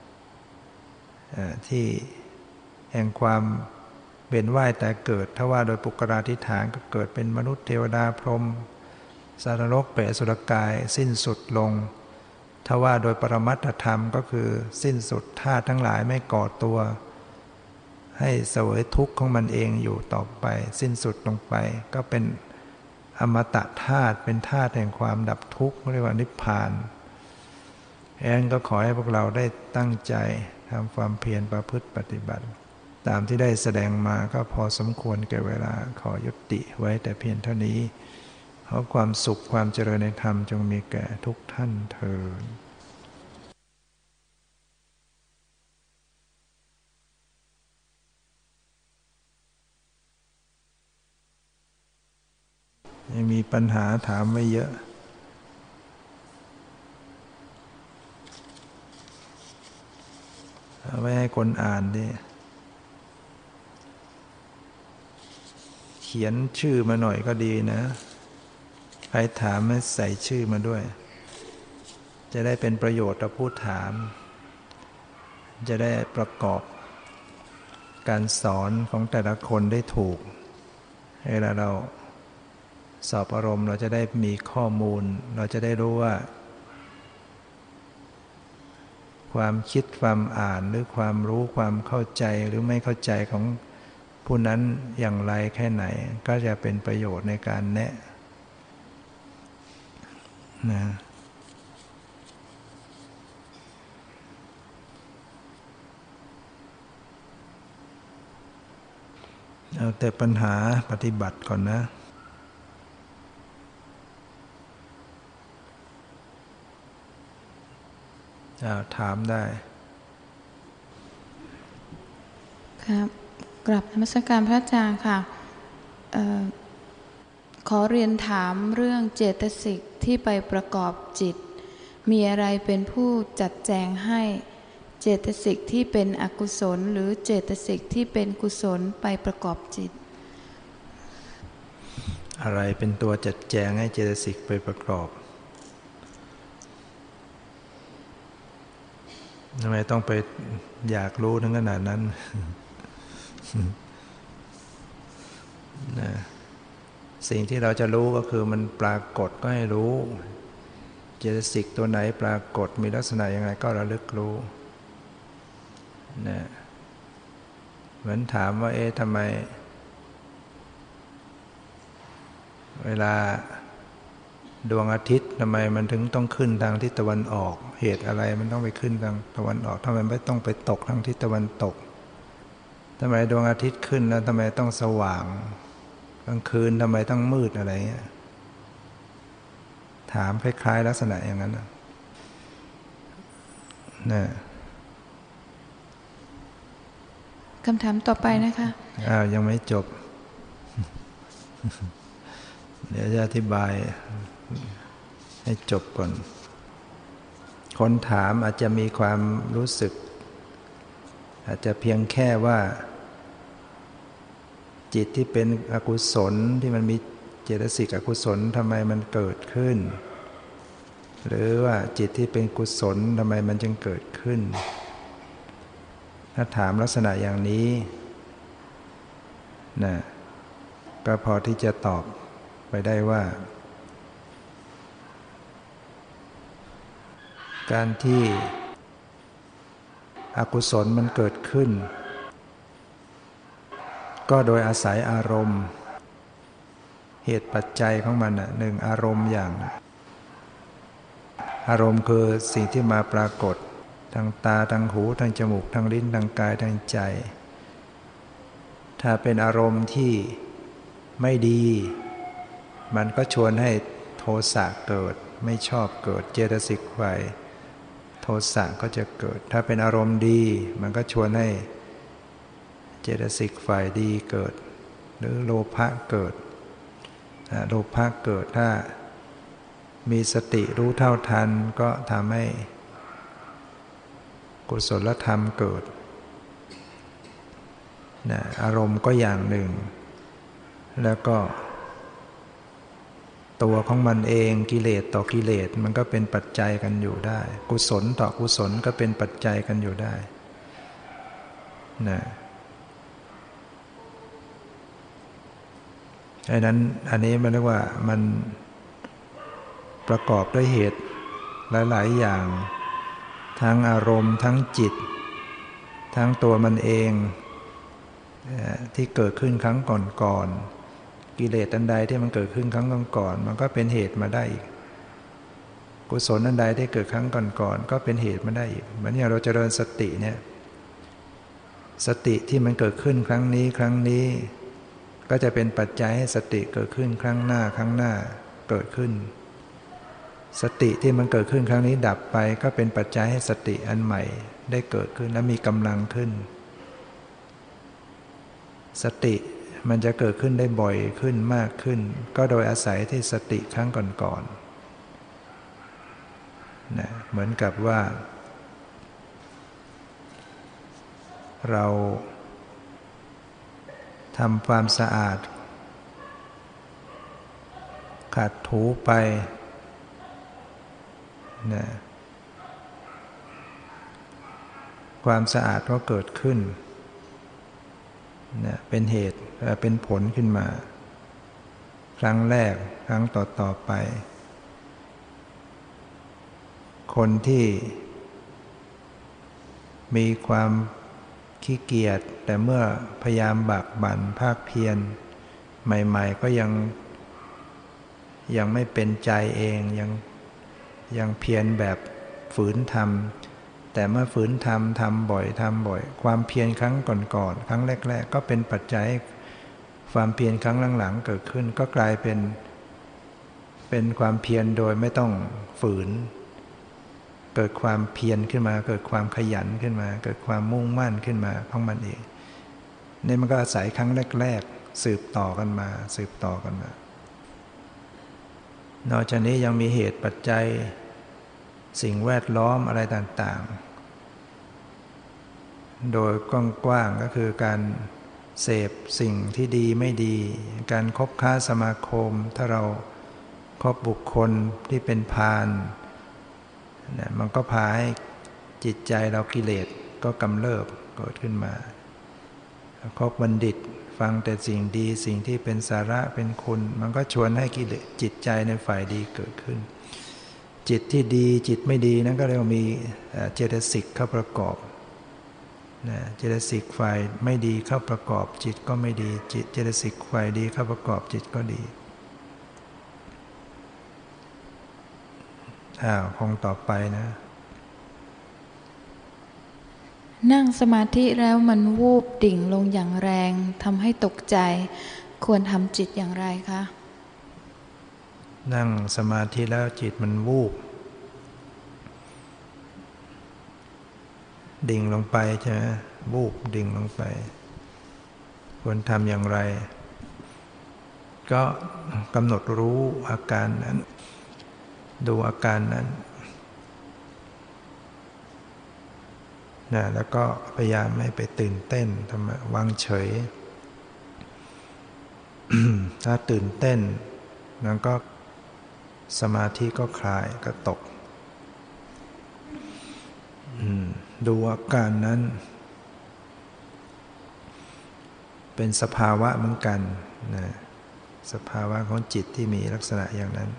ที่แห่งความเวียนว่ายแต่เกิดถ้าว่าโดยปุกราธิฐานก็เกิดเป็นมนุษย์เทวดาพรหมสัตว์นรกเปรตอสุรกายสิ้นสุดลงถ้าว่าโดยปรมัตถธรรมก็คือสิ้นสุดธาตุทั้งหลายไม่ก่อตัวให้เสวยทุกข์ของมันเองอยู่ต่อไปสิ้นสุดลงไปก็เป็นอมตะธาตุเป็นธาตุแห่งความดับทุกข์เรียกว่านิพพานก็ขอให้พวกเราได้ตั้งใจทำความเพียรประพฤติปฏิบัติตามที่ได้แสดงมาก็พอสมควรแก่เวลาขอยุติไว้แต่เพียงเท่านี้ขอความสุขความเจริญในธรรมจงมีแก่ทุกท่านเทอญยังมีปัญหาถามไว้เยอะเอาไว้ให้คนอ่านดิเขียนชื่อมาหน่อยก็ดีนะใครถามให้ใส่ชื่อมาด้วยจะได้เป็นประโยชน์ต่อผู้ถามจะได้ประกอบการสอนของแต่ละคนได้ถูกเวลาเราสอบอารมณ์เราจะได้มีข้อมูลเราจะได้รู้ว่าความคิดความอ่านหรือความรู้ความเข้าใจหรือไม่เข้าใจของผู้นั้นอย่างไรแค่ไหนก็จะเป็นประโยชน์ในการแนะนะเอาแต่ปัญหาปฏิบัติก่อนนะถามได้ครับกราบนมัสการพระอาจารย์ค่ะขอเรียนถามเรื่องเจตสิกที่ไปประกอบจิตมีอะไรเป็นผู้จัดแจงให้เจตสิกที่เป็นอกุศลหรือเจตสิกที่เป็นกุศลไปประกอบจิตอะไรเป็นตัวจัดแจงให้เจตสิกไปประกอบทำไมต้องไปอยากรู้ถึงขนาดนั้นนะสิ่งที่เราจะรู้ก็คือมันปรากฏก็ให้รู้เจตสิกตัวไหนปรากฏมีลักษณะยังไงก็ระลึกรู้นะเหมือนถามว่าทำไมเวลาดวงอาทิตย์ทำไมมันถึงต้องขึ้นทางทิศตะวันออกเหตุอะไรมันต้องไปขึ้นทางตะวันออกทำไมไม่ต้องไปตกทางทิศตะวันตกทำไมดวงอาทิตย์ขึ้นแล้วทำไมต้องสว่างกลางคืนทำไมต้องมืดอะไรเงี้ยถามคล้ายๆลักษณะอย่างนั้นนะคำถามต่อไปนะคะยังไม่จบเดี๋ยวจะอธิบายให้จบก่อนคนถามอาจจะมีความรู้สึกอาจจะเพียงแค่ว่าจิตที่เป็นอกุศลที่มันมีเจตสิกอกุศลทำไมมันเกิดขึ้นหรือว่าจิตที่เป็นกุศลทำไมมันจึงเกิดขึ้นถ้าถามลักษณะอย่างนี้นะก็พอที่จะตอบไปได้ว่าการที่อกุศลมันเกิดขึ้นก็โดยอาศัยอารมณ์เหตุปัจจัยของมันหนึ่งอารมณ์อย่างอารมณ์คือสิ่งที่มาปรากฏทางตาทางหูทางจมูกทางลิ้นทางกายทางใจถ้าเป็นอารมณ์ที่ไม่ดีมันก็ชวนให้โทสะเกิดไม่ชอบเกิดเจตสิกไฟโทสะก็จะเกิดถ้าเป็นอารมณ์ดีมันก็ชวนให้เจตสิกฝ่ายดีเกิดหรือโลภะเกิดโลภะเกิดถ้ามีสติรู้เท่าทันก็ทำให้กุศลธรรมเกิดอารมณ์ก็อย่างหนึ่งแล้วก็ตัวของมันเองกิเลสต่อกิเลสมันก็เป็นปัจจัยกันอยู่ได้กุศลต่อกุศลก็เป็นปัจจัยกันอยู่ได้ดังนั้นอันนี้มันเรียกว่ามันประกอบด้วยเหตุหลายๆอย่างทั้งอารมณ์ทั้งจิตทั้งตัวมันเองที่เกิดขึ้นครั้งก่อนๆกิเลสอันใดที่มันเกิดขึ้นครั้งก่อนๆมันก็เป็นเหตุมาได้อีกกุศลอันใดที่เกิดครั้งก่อนๆก็เป็นเหตุมาได้อีกเหมือนอย่างเราเจริญสติเนี่ยสติที่มันเกิดขึ้นครั้งนี้ก็จะเป็นปัจจัยให้สติเกิดขึ้นครั้งหน้าเกิดขึ้นสติที่มันเกิดขึ้นครั้งนี้ดับไปก็เป็นปัจจัยให้สติอันใหม่ได้เกิดขึ้นและมีกำลังขึ้นสติมันจะเกิดขึ้นได้บ่อยขึ้นมากขึ้นก็โดยอาศัยที่สติครั้งก่อนๆนะเหมือนกับว่าเราทำความสะอาดขัดถูไปนะความสะอาดก็เกิดขึ้นนะเป็นเหตุเป็นผลขึ้นมาครั้งแรกครั้งต่อไปคนที่มีความขี้เกียจแต่เมื่อพยายามบักบั่นภาคเพียรใหม่ๆก็ยังไม่เป็นใจเองยังเพียรแบบฝืนทำแต่เมื่อฝืนทำบ่อยความเพียรครั้งก่อนครั้งแรกๆก็เป็นปัจจัยความเพียรครั้งหลังๆเกิดขึ้นก็กลายเป็นความเพียรโดยไม่ต้องฝืนเกิดความเพียรขึ้นมาเกิดความขยันขึ้นมาเกิดความมุ่งมั่นขึ้นมาของมันเองนี่มันก็อาศัยครั้งแรกๆสืบต่อกันมานอกจากนี้ยังมีเหตุปัจจัยสิ่งแวดล้อมอะไรต่างๆโดยกว้างๆก็คือการเสพสิ่งที่ดีไม่ดีการคบค้าสมาคมถ้าเราคบบุคคลที่เป็นพาลมันก็พาให้จิตใจเรากิเลสก็กำเริบเกิดขึ้นมาคบบัณฑิตฟังแต่สิ่งดีสิ่งที่เป็นสาระเป็นคุณมันก็ชวนให้กิเลสจิตใจในฝ่ายดีเกิดขึ้นจิตที่ดีจิตไม่ดีนั้นก็เรียกว่ามีเจตสิกเข้าประกอบเจตสิกฝ่ายไม่ดีเข้าประกอบจิตก็ไม่ดีเจตสิกฝ่ายดีเข้าประกอบจิตก็ดีคงต่อไปนะนั่งสมาธิแล้วมันวูบดิ่งลงอย่างแรงทำให้ตกใจควรทำจิตอย่างไรคะนั่งสมาธิแล้วจิตมันวูบดิ่งลงไปใช่ไหมวูบดิ่งลงไปควรทำอย่างไรก็กำหนดรู้อาการนั้นดูอาการนั้นแล้วก็พยายามไม่ไปตื่นเต้นทำวางเฉย ถ้าตื่นเต้นแล้วก็สมาธิก็คลายก็ตกดูอาการนั้นเป็นสภาวะเหมือนกันนะสภาวะของจิตที่มีลักษณะอย่างนั้น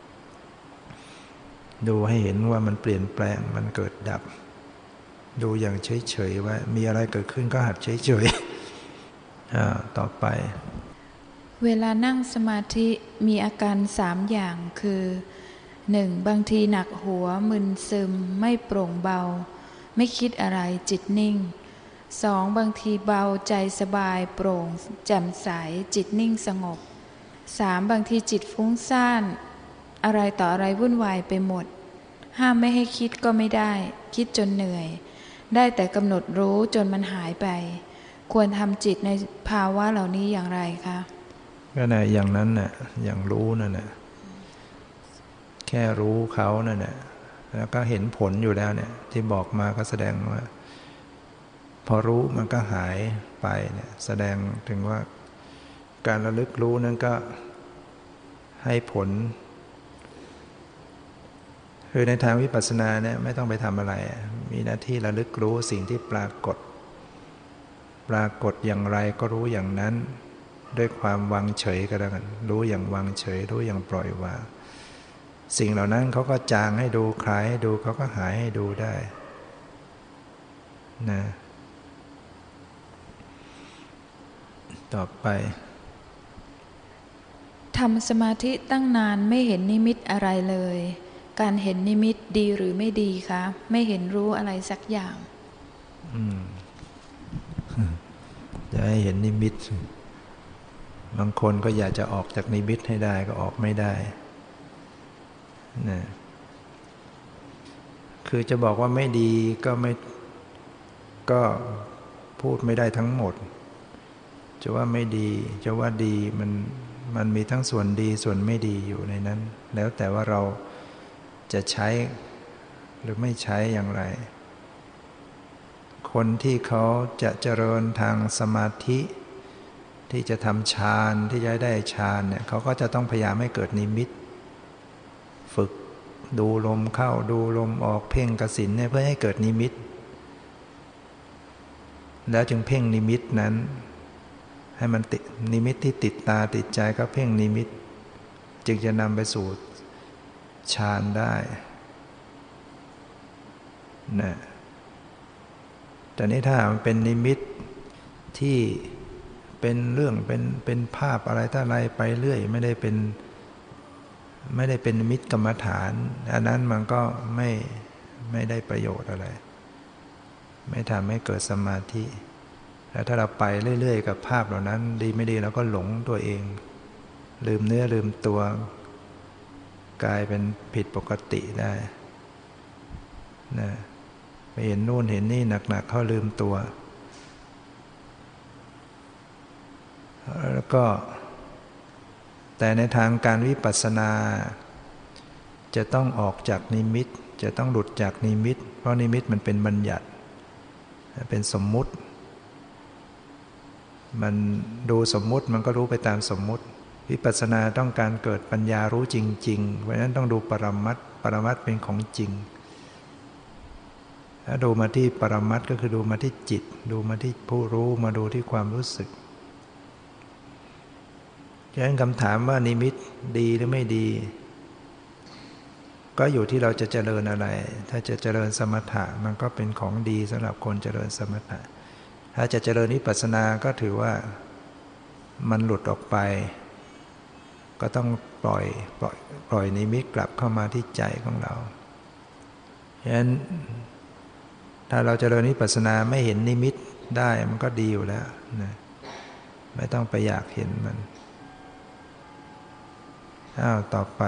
ดูให้เห็นว่ามันเปลี่ยนแปลงมันเกิดดับดูอย่างเฉยๆว่ามีอะไรเกิดขึ้นก็หัดเฉยๆต่อไปเวลานั่งสมาธิมีอาการ3อย่างคือ 1. บางทีหนักหัวมึนซึมไม่โปร่งเบาไม่คิดอะไรจิตนิ่ง 2. บางทีเบาใจสบายโปร่งแจ่มใสจิตนิ่งสงบ 3. บางทีจิตฟุ้งซ่านอะไรต่ออะไรวุ่นวายไปหมดห้ามไม่ให้คิดก็ไม่ได้คิดจนเหนื่อยได้แต่กำหนดรู้จนมันหายไปควรทำจิตในภาวะเหล่านี้อย่างไรคะก็ในอย่างนั้นน่ะอย่างรู้นั่นน่ะแค่รู้เขานั่นน่ะแล้วก็เห็นผลอยู่แล้วเนี่ยที่บอกมาก็แสดงว่าพอรู้มันก็หายไปเนี่ยแสดงถึงว่าการระลึกรู้นั้นก็ให้ผลคือในทางวิปัสสนาเนี่ยไม่ต้องไปทำอะไรมีหน้าที่ระลึกรู้สิ่งที่ปรากฏอย่างไรก็รู้อย่างนั้นด้วยความวางเฉยก็แล้วกันรู้อย่างวางเฉยรู้อย่างปล่อยวางสิ่งเหล่านั้นเขาก็จางให้ดูคลายให้ดูเขาก็หายให้ดูได้นะต่อไปทำสมาธิตั้งนานไม่เห็นนิมิตอะไรเลยการเห็นนิมิตดีหรือไม่ดีคะไม่เห็นรู้อะไรสักอย่างจะให้เห็นนิมิตบางคนก็อยากจะออกจากนิมิตให้ได้ก็ออกไม่ได้นะคือจะบอกว่าไม่ดีก็พูดไม่ได้ทั้งหมดจะว่าไม่ดีจะว่าดีมันมีทั้งส่วนดีส่วนไม่ดีอยู่ในนั้นแล้วแต่ว่าเราจะใช้หรือไม่ใช้อย่างไรคนที่เขาจะเจริญทางสมาธิที่จะทำฌานที่จะได้ฌานเนี่ยเขาก็จะต้องพยายามให้เกิดนิมิตฝึกดูลมเข้าดูลมออกเพ่งกสิณเนี่ยเพื่อให้เกิดนิมิตแล้วจึงเพ่งนิมิตนั้นให้มันติดนิมิตที่ติดตาติดใจก็เพ่งนิมิตจึงจะนำไปสู่ฌานได้นะแต่นี้ถ้ามันเป็นนิมิตที่เป็นเรื่องเป็นภาพอะไรต่ออะไรไปเรื่อยไม่ได้เป็นนิมิตกรรมฐานอันนั้นมันก็ไม่ได้ประโยชน์อะไรไม่ทำให้เกิดสมาธิแล้วถ้าเราไปเรื่อยๆกับภาพเหล่านั้นดีไม่ดีเราก็หลงตัวเองลืมเนื้อลืมตัวกลายเป็นผิดปกติได้นะไปเห็นนู่นเห็นนี่หนักๆเข้าลืมตัวแล้วก็แต่ในทางการวิปัสสนาจะต้องออกจากนิมิตจะต้องหลุดจากนิมิตเพราะนิมิตมันเป็นบัญญัติเป็นสมมุติมันดูสมมุติมันก็รู้ไปตามสมมุติวิปัสสนาต้องการเกิดปัญญารู้จริงๆเพราะฉะนั้นต้องดูปรมัตถ์ปรมัตถ์เป็นของจริงถ้าดูมาที่ปรมัตถ์ก็คือดูมาที่จิตดูมาที่ผู้รู้มาดูที่ความรู้สึกฉะนั้นคำถามว่านิมิตดีหรือไม่ดีก็อยู่ที่เราจะเจริญอะไรถ้าจะเจริญสมถะมันก็เป็นของดีสำหรับคนเจริญสมถะถ้าจะเจริญวิปัสสนาก็ถือว่ามันหลุดออกไปก็ต้องปล่อยนิมิตกลับเข้ามาที่ใจของเราฉะนั้นถ้าเราเจริญวิปัสสนาไม่เห็นนิมิตได้มันก็ดีอยู่แล้วนะไม่ต้องไปอยากเห็นมันต่อไป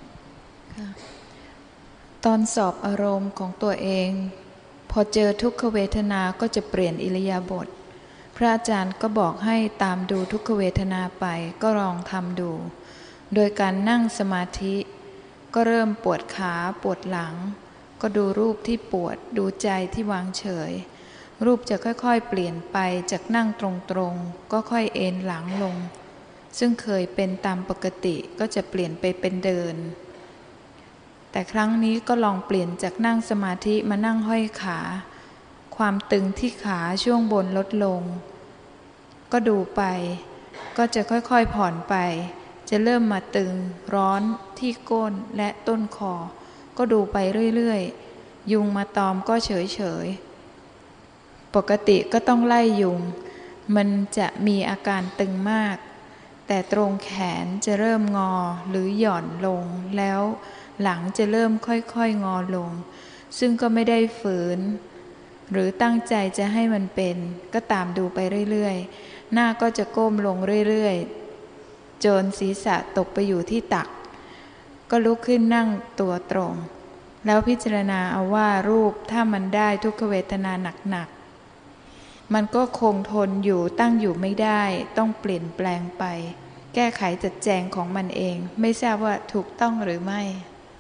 ตอนสอบอารมณ์ของตัวเองพอเจอทุกขเวทนาก็จะเปลี่ยนอิริยาบถพระอาจารย์ก็บอกให้ตามดูทุกขเวทนาไปก็ลองทำดูโดยการนั่งสมาธิก็เริ่มปวดขาปวดหลังก็ดูรูปที่ปวดดูใจที่วางเฉยรูปจะค่อยๆเปลี่ยนไปจากนั่งตรงๆก็ค่อยเอนหลังลงซึ่งเคยเป็นตามปกติก็จะเปลี่ยนไปเป็นเดินแต่ครั้งนี้ก็ลองเปลี่ยนจากนั่งสมาธิมานั่งห้อยขาความตึงที่ขาช่วงบนลดลงก็ดูไปก็จะค่อยๆผ่อนไปจะเริ่มมาตึงร้อนที่ก้นและต้นคอก็ดูไปเรื่อยๆยุงมาตอมก็เฉยๆปกติก็ต้องไล่ยุงมันจะมีอาการตึงมากแต่ตรงแขนจะเริ่มงอหรือหย่อนลงแล้วหลังจะเริ่มค่อยๆงอลงซึ่งก็ไม่ได้ฝืนหรือตั้งใจจะให้มันเป็นก็ตามดูไปเรื่อยๆหน้าก็จะก้มลงเรื่อยๆจนศีรษะตกไปอยู่ที่ตักก็ลุกขึ้นนั่งตัวตรงแล้วพิจารณาเอาว่ารูปถ้ามันได้ทุกขเวทนาหนักๆมันก็คงทนอยู่ตั้งอยู่ไม่ได้ต้องเปลี่ยนแปลงไปแก้ไขจัดแจงของมันเองไม่ทราบว่าถูกต้องหรือไม่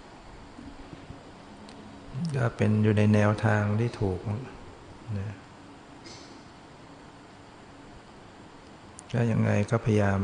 ก็เป็นอยู่ในแนวทางที่ถูกนะก็ยังไงก็พยายาม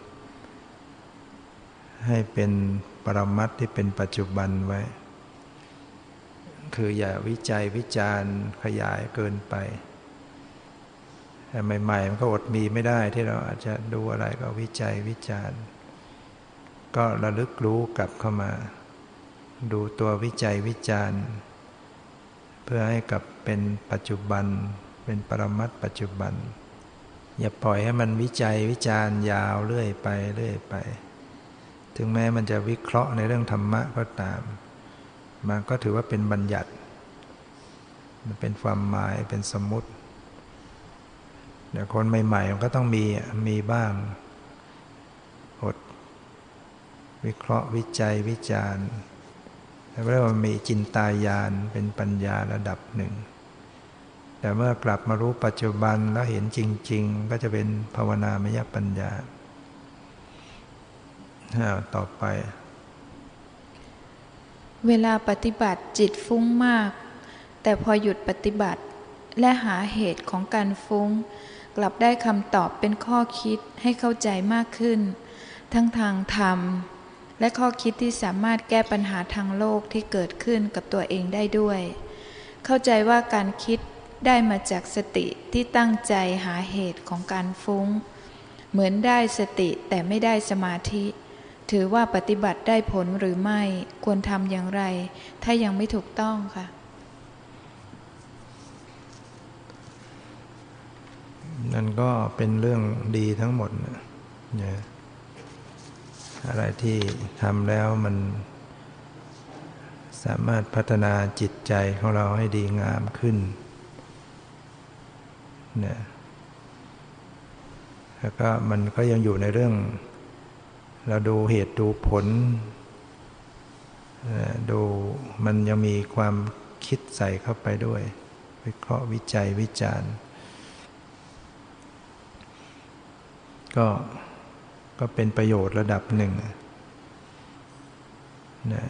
ให้เป็นปรมัตถ์ที่เป็นปัจจุบันไว้คืออย่าวิจัยวิจารณ์ขยายเกินไปแต่ใหม่ๆมันก็อดมีไม่ได้ที่เราอาจจะดูอะไรก็วิจัยวิจารณ์ก็ระลึกรู้กลับเข้ามาดูตัววิจัยวิจารณ์เพื่อให้กลับเป็นปัจจุบันเป็นปรมัตถ์ปัจจุบันอย่าปล่อยให้มันวิจัยวิจารณ์ยาวเรื่อยไปเรื่อยไปถึงแม้มันจะวิเคราะห์ในเรื่องธรรมะก็ตามมันก็ถือว่าเป็นบัญญัติมันเป็นความหมายเป็นสมมุติเดี๋ยวคนใหม่ๆมันก็ต้องมีบ้างอดวิเคราะห์วิจัยวิจารณ์แล้วเรียกว่ามีจินตายานเป็นปัญญาระดับหนึ่งแแต่เมื่อกลับมารู้ปัจจุบันแล้วเห็นจริงๆก็จะเป็นภาวนามยปัญญาต่อไปเวลาปฏิบัติจิตฟุ้งมากแต่พอหยุดปฏิบัติและหาเหตุของการฟุ้งกลับได้คำตอบเป็นข้อคิดให้เข้าใจมากขึ้นทั้งทางธรรมและข้อคิดที่สามารถแก้ปัญหาทางโลกที่เกิดขึ้นกับตัวเองได้ด้วยเข้าใจว่าการคิดได้มาจากสติที่ตั้งใจหาเหตุของการฟุ้งเหมือนได้สติแต่ไม่ได้สมาธิถือว่าปฏิบัติได้ผลหรือไม่ควรทำอย่างไรถ้ายังไม่ถูกต้องค่ะนั่นก็เป็นเรื่องดีทั้งหมดนะอะไรที่ทำแล้วมันสามารถพัฒนาจิตใจของเราให้ดีงามขึ้นเนี่ยแล้วก็มันก็ยังอยู่ในเรื่องเราดูเหตุดูผลดูมันยังมีความคิดใส่เข้าไปด้วยวิเคราะห์วิจัยวิจารณ์ก็เป็นประโยชน์ระดับหนึ่งนะ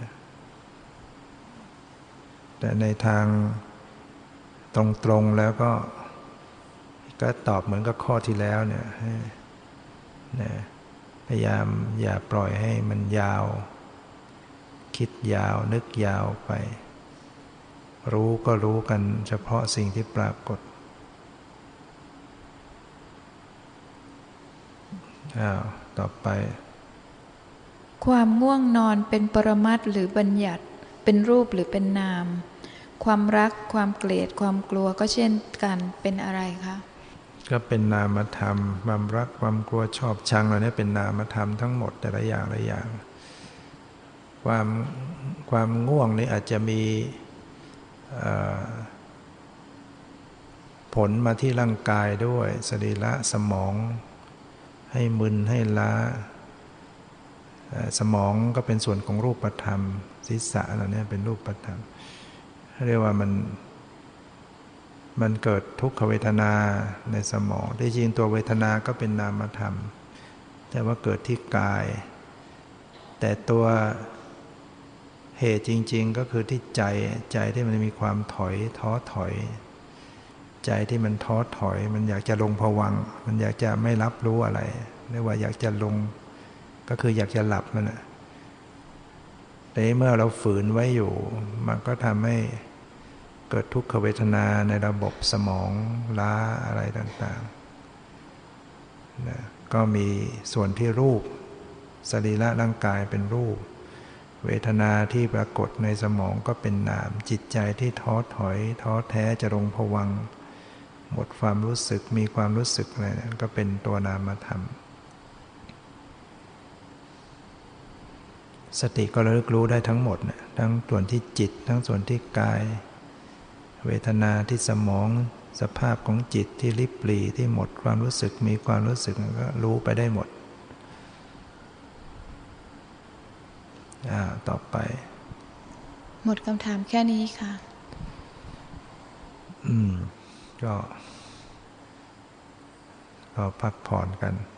แต่ในทางตรงๆแล้วก็ตอบเหมือนกับข้อที่แล้วเนี่ยนะพยายามอย่าปล่อยให้มันยาวคิดยาวนึกยาวไปรู้ก็รู้กันเฉพาะสิ่งที่ปรากฏต่อไปความง่วงนอนเป็นปรมัตถ์หรือบัญญัติเป็นรูปหรือเป็นนามความรักความเกลียดความกลัวก็เช่นกันเป็นอะไรคะก็เป็นนามธรรมความรักความกลัวชอบชังเหล่านี้เป็นนามธรรมทั้งหมดแต่ละอย่างความง่วงนี้อาจจะมีผลมาที่ร่างกายด้วยสรีระสมองให้มึนให้ล้าสมองก็เป็นส่วนของรูปธรรมศีรษะเหล่านี้เป็นรูปธรรมเรียกว่ามันเกิดทุกขเวทนาในสมองที่จริงตัวเวทนาก็เป็นนามธรรมแต่ว่าเกิดที่กายแต่ตัวเหตุจริงๆก็คือที่ใจที่มันมีความท้อถอยใจที่มันท้อถอยมันอยากจะลงภวังค์มันอยากจะไม่รับรู้อะไรเรียกว่าอยากจะลงก็คืออยากจะหลับมันแต่เมื่อเราฝืนไว้อยู่มันก็ทำให้เกิดทุกขเวทนาในระบบสมองล้าอะไรต่างๆนะก็มีส่วนที่รูปสรีระร่างกายเป็นรูปเวทนาที่ปรากฏในสมองก็เป็นนามจิตใจที่ท้อถอยท้อแท้จะลงภวังค์หมดความรู้สึกมีความรู้สึกอะไรนั่นก็เป็นตัวนามธรรมสติก็ระลึกรู้ได้ทั้งหมดนะทั้งส่วนที่จิตทั้งส่วนที่กายเวทนาที่สมองสภาพของจิตที่ลิบหลี่ที่หมดความรู้สึกมีความรู้สึกก็รู้ไปได้หมดต่อไปหมดคำถามแค่นี้ค่ะก็พักผ่อนกัน